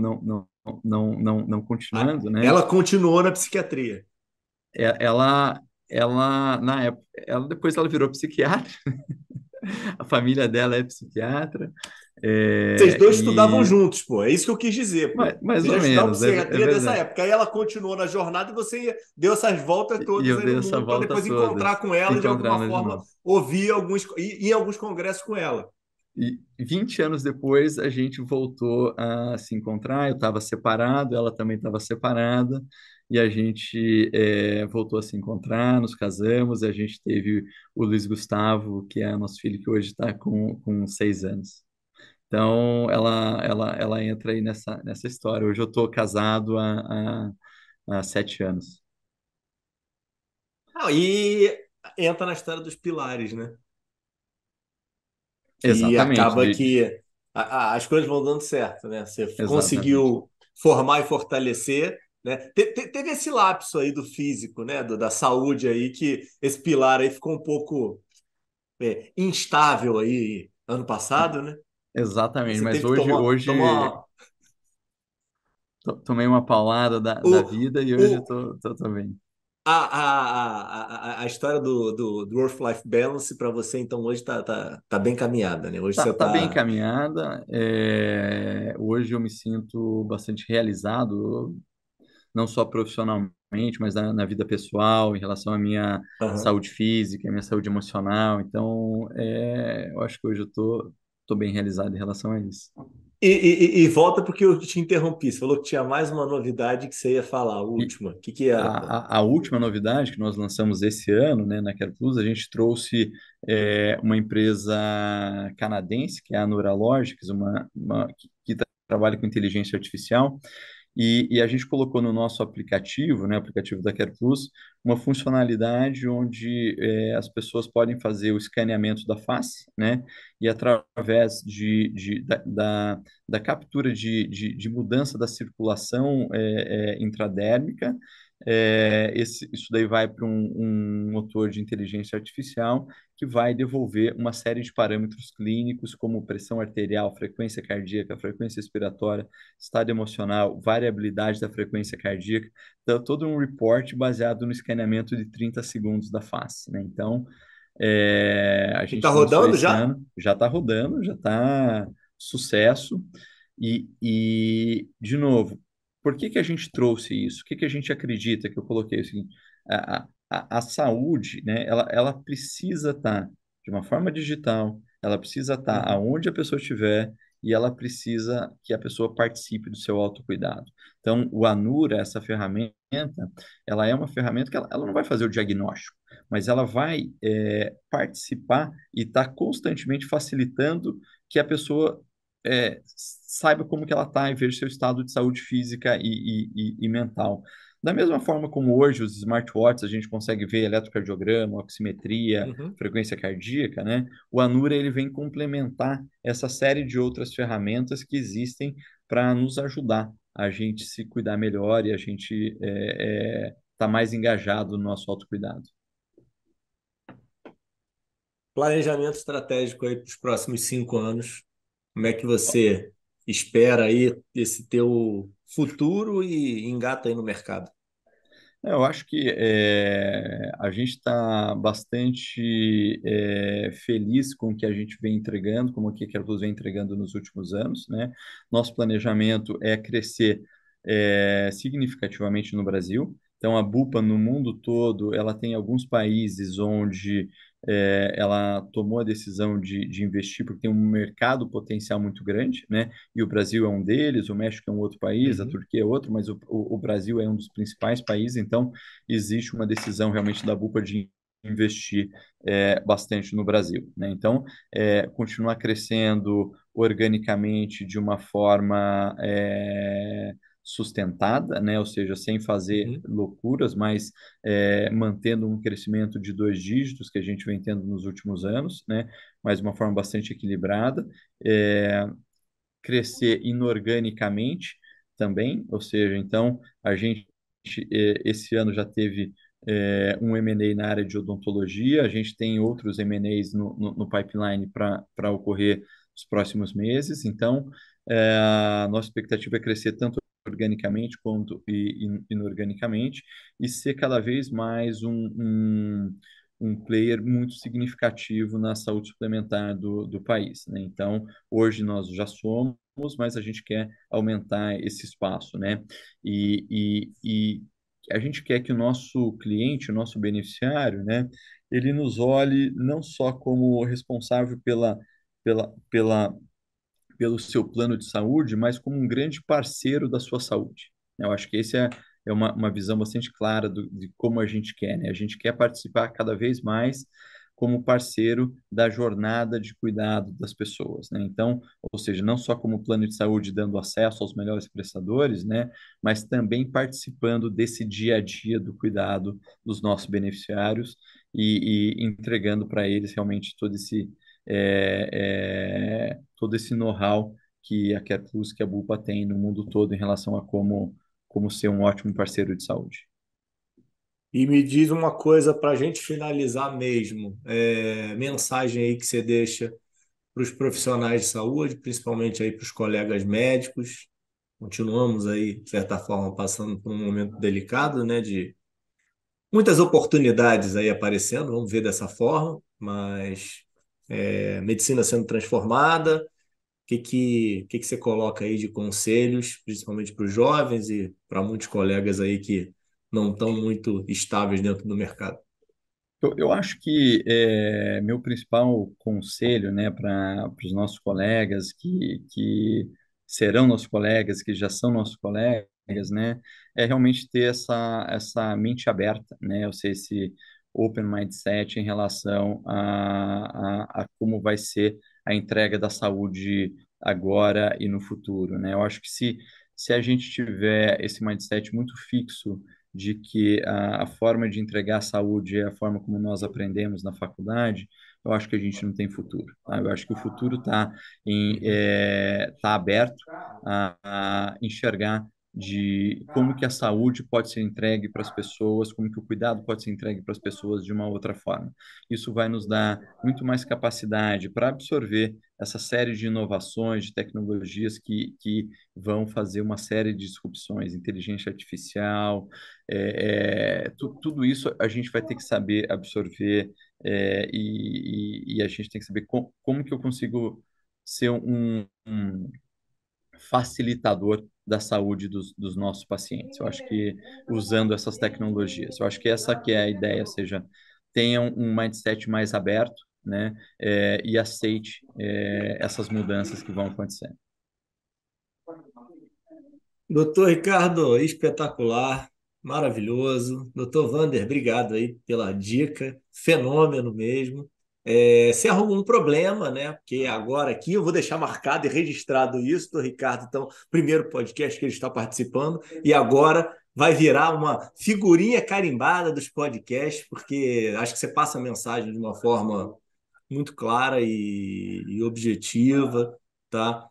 não continuando, né? Ela continuou na psiquiatria. Ela, na época, depois ela virou psiquiatra A família dela é psiquiatra, Vocês dois estudavam e juntos, pô. É isso que eu quis dizer, pô. mais Você já ou estudava menos, é psiquiatria dessa verdade. época. Aí ela continuou na jornada e você deu essas voltas E todas eu aí dei no essa mundo para volta depois encontrar todas, com ela e de alguma encontrá-la de forma novo. ouvir ir em alguns congressos com ela. E 20 anos depois, a gente voltou a se encontrar. Eu estava separado, ela também estava separada, e a gente voltou a se encontrar, nos casamos, e a gente teve o Luiz Gustavo, que é nosso filho, que hoje está com 6 anos. Então, ela entra aí nessa história. Hoje eu estou casado há 7 anos. Ah, e entra na história dos pilares, né? Que Exatamente, acaba que as coisas vão dando certo, né? Você exatamente. conseguiu formar e fortalecer, né? Teve esse lapso aí do físico, né? Da saúde aí, que esse pilar aí ficou um pouco instável aí ano passado, né? Aí Exatamente, você mas teve que hoje tomar tomei uma paulada da o, vida e hoje o, tô bem. a história do work-life balance para você, então, hoje tá bem caminhada, né? Hoje você Tá bem está. encaminhada. Hoje eu me sinto bastante realizado, não só profissionalmente, mas na vida pessoal, em relação à minha saúde física, à minha saúde emocional. Então, eu acho que hoje tô bem realizado em relação a isso. E volta porque eu te interrompi. Você falou que tinha mais uma novidade que você ia falar, a E última. O que que era, pô? a última novidade que nós lançamos esse ano, né, na Care Plus, a gente trouxe uma empresa canadense, que é a Neuralogics, que trabalha com inteligência artificial, e a gente colocou no nosso aplicativo, né, o aplicativo da Care Plus, uma funcionalidade onde as pessoas podem fazer o escaneamento da face, né, e através da captura de mudança da circulação intradérmica, isso daí vai para um motor de inteligência artificial que vai devolver uma série de parâmetros clínicos, como pressão arterial, frequência cardíaca, frequência respiratória, estado emocional, variabilidade da frequência cardíaca, então, todo um report baseado no escaneamento de 30 segundos da face, né? Então, a E tá gente lançou rodando esse já? ano, já está rodando, já está sucesso. De novo, por que que a gente trouxe isso? O que que a gente acredita que eu coloquei assim? A saúde, né? Ela precisa estar de uma forma digital, ela precisa estar Uhum. aonde a pessoa estiver e ela precisa que a pessoa participe do seu autocuidado. Então, o Anura, essa ferramenta, ela é uma ferramenta que ela não vai fazer o diagnóstico, mas ela vai participar e estar constantemente facilitando que a pessoa saiba como que ela está e veja seu estado de saúde física e mental. Da mesma forma como hoje os smartwatches a gente consegue ver eletrocardiograma, oximetria, Uhum. frequência cardíaca, né? O Anura ele vem complementar essa série de outras ferramentas que existem para nos ajudar a gente se cuidar melhor e a gente tá mais engajado no nosso autocuidado. Planejamento estratégico aí para os próximos 5 anos. Como é que você espera aí esse teu futuro e engata aí no mercado? Eu acho que a gente está bastante feliz com o que a gente vem entregando, como o que a Airbus vem entregando nos últimos anos, né? Nosso planejamento é crescer significativamente no Brasil. Então, a Bupa no mundo todo, ela tem alguns países onde ela tomou a decisão de investir porque tem um mercado potencial muito grande, né? E o Brasil é um deles, o México é um outro país, a Uhum. Turquia é outro, mas o Brasil é um dos principais países, então existe uma decisão realmente da Bupa de investir bastante no Brasil, né? Então, continuar crescendo organicamente de uma forma sustentada, né? Ou seja, sem fazer Uhum. loucuras, mas mantendo um crescimento de 2 dígitos que a gente vem tendo nos últimos anos, né? Mas de uma forma bastante equilibrada. É, Crescer inorganicamente também, ou seja, então a gente esse ano já teve um M&A na área de odontologia, a gente tem outros M&As no pipeline para ocorrer nos próximos meses, então a nossa expectativa é crescer tanto organicamente quanto inorganicamente e ser cada vez mais um player muito significativo na saúde suplementar do país, né? Então, hoje nós já somos, mas a gente quer aumentar esse espaço, né? E a gente quer que o nosso cliente, o nosso beneficiário, né, ele nos olhe não só como responsável pela pelo seu plano de saúde, mas como um grande parceiro da sua saúde. Eu acho que esse é uma visão bastante clara de como a gente quer, né? A gente quer participar cada vez mais como parceiro da jornada de cuidado das pessoas, né? Então, ou seja, não só como plano de saúde dando acesso aos melhores prestadores, né? Mas também participando desse dia a dia do cuidado dos nossos beneficiários e entregando para eles realmente todo esse know-how que a CarePlus, que a Bupa tem no mundo todo em relação a como ser um ótimo parceiro de saúde. E me diz uma coisa para a gente finalizar mesmo, mensagem aí que você deixa para os profissionais de saúde, principalmente aí para os colegas médicos. Continuamos aí, de certa forma, passando por um momento delicado, né, de muitas oportunidades aí aparecendo, vamos ver dessa forma, mas medicina sendo transformada. O que você coloca aí de conselhos, principalmente para os jovens e para muitos colegas aí que não estão muito estáveis dentro do mercado? Eu acho que meu principal conselho, né, para os nossos colegas que serão nossos colegas, que já são nossos colegas, né, é realmente ter essa mente aberta, né, ou seja, esse open mindset em relação a como vai ser a entrega da saúde agora e no futuro, né? Eu acho que se a gente tiver esse mindset muito fixo de que a forma de entregar a saúde é a forma como nós aprendemos na faculdade, eu acho que a gente não tem futuro. Tá? Eu acho que o futuro Uhum. tá aberto a enxergar de como que a saúde pode ser entregue para as pessoas, como que o cuidado pode ser entregue para as pessoas de uma outra forma. Isso vai nos dar muito mais capacidade para absorver essa série de inovações, de tecnologias que vão fazer uma série de disrupções, inteligência artificial, tudo isso a gente vai ter que saber absorver e a gente tem que saber como que eu consigo ser um facilitador da saúde dos nossos pacientes. Eu acho que usando essas tecnologias, eu acho que essa que é a ideia, ou seja, tenham um mindset mais aberto, né, e aceite essas mudanças que vão acontecer. Doutor Ricardo, espetacular, maravilhoso. Doutor Vander, obrigado aí pela dica, fenômeno mesmo. Se arrumou um problema, né? Porque agora aqui eu vou deixar marcado e registrado isso, doutor Ricardo. Então, primeiro podcast que ele está participando, e agora vai virar uma figurinha carimbada dos podcasts, porque acho que você passa a mensagem de uma forma muito clara e objetiva, tá?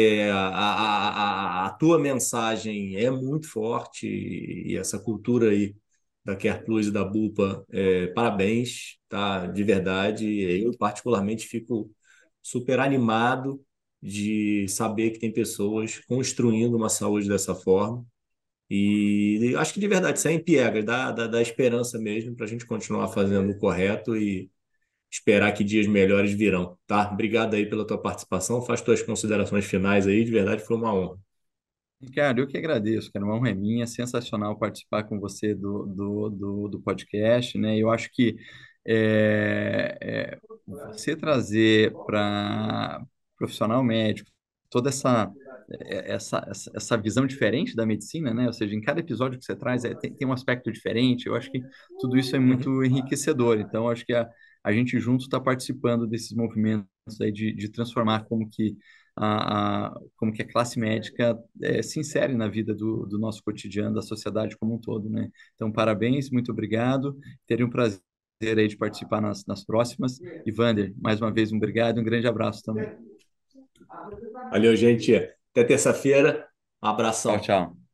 A tua mensagem é muito forte e essa cultura aí da Care Plus e da Bupa, parabéns, tá? De verdade. Eu particularmente fico super animado de saber que tem pessoas construindo uma saúde dessa forma. E acho que de verdade, sem piegas, dá esperança mesmo para a gente continuar fazendo o correto e esperar que dias melhores virão, tá? Obrigado aí pela tua participação. Faz tuas considerações finais aí, de verdade foi uma honra. Ricardo, eu que agradeço, cara. Uma honra é minha, sensacional participar com você do podcast, né? Eu acho que você trazer para profissional médico toda essa visão diferente da medicina, né? Ou seja, em cada episódio que você traz tem um aspecto diferente. Eu acho que tudo isso é Uhum. muito enriquecedor. Então, acho que a gente junto está participando desses movimentos aí de transformar como que a classe médica se insere na vida do nosso cotidiano, da sociedade como um todo, né? Então, parabéns, muito obrigado. Teria um prazer aí de participar nas próximas. E, Vander, mais uma vez, um obrigado e um grande abraço também. Valeu, gente. Até terça-feira. Um Tchau, abração. tchau.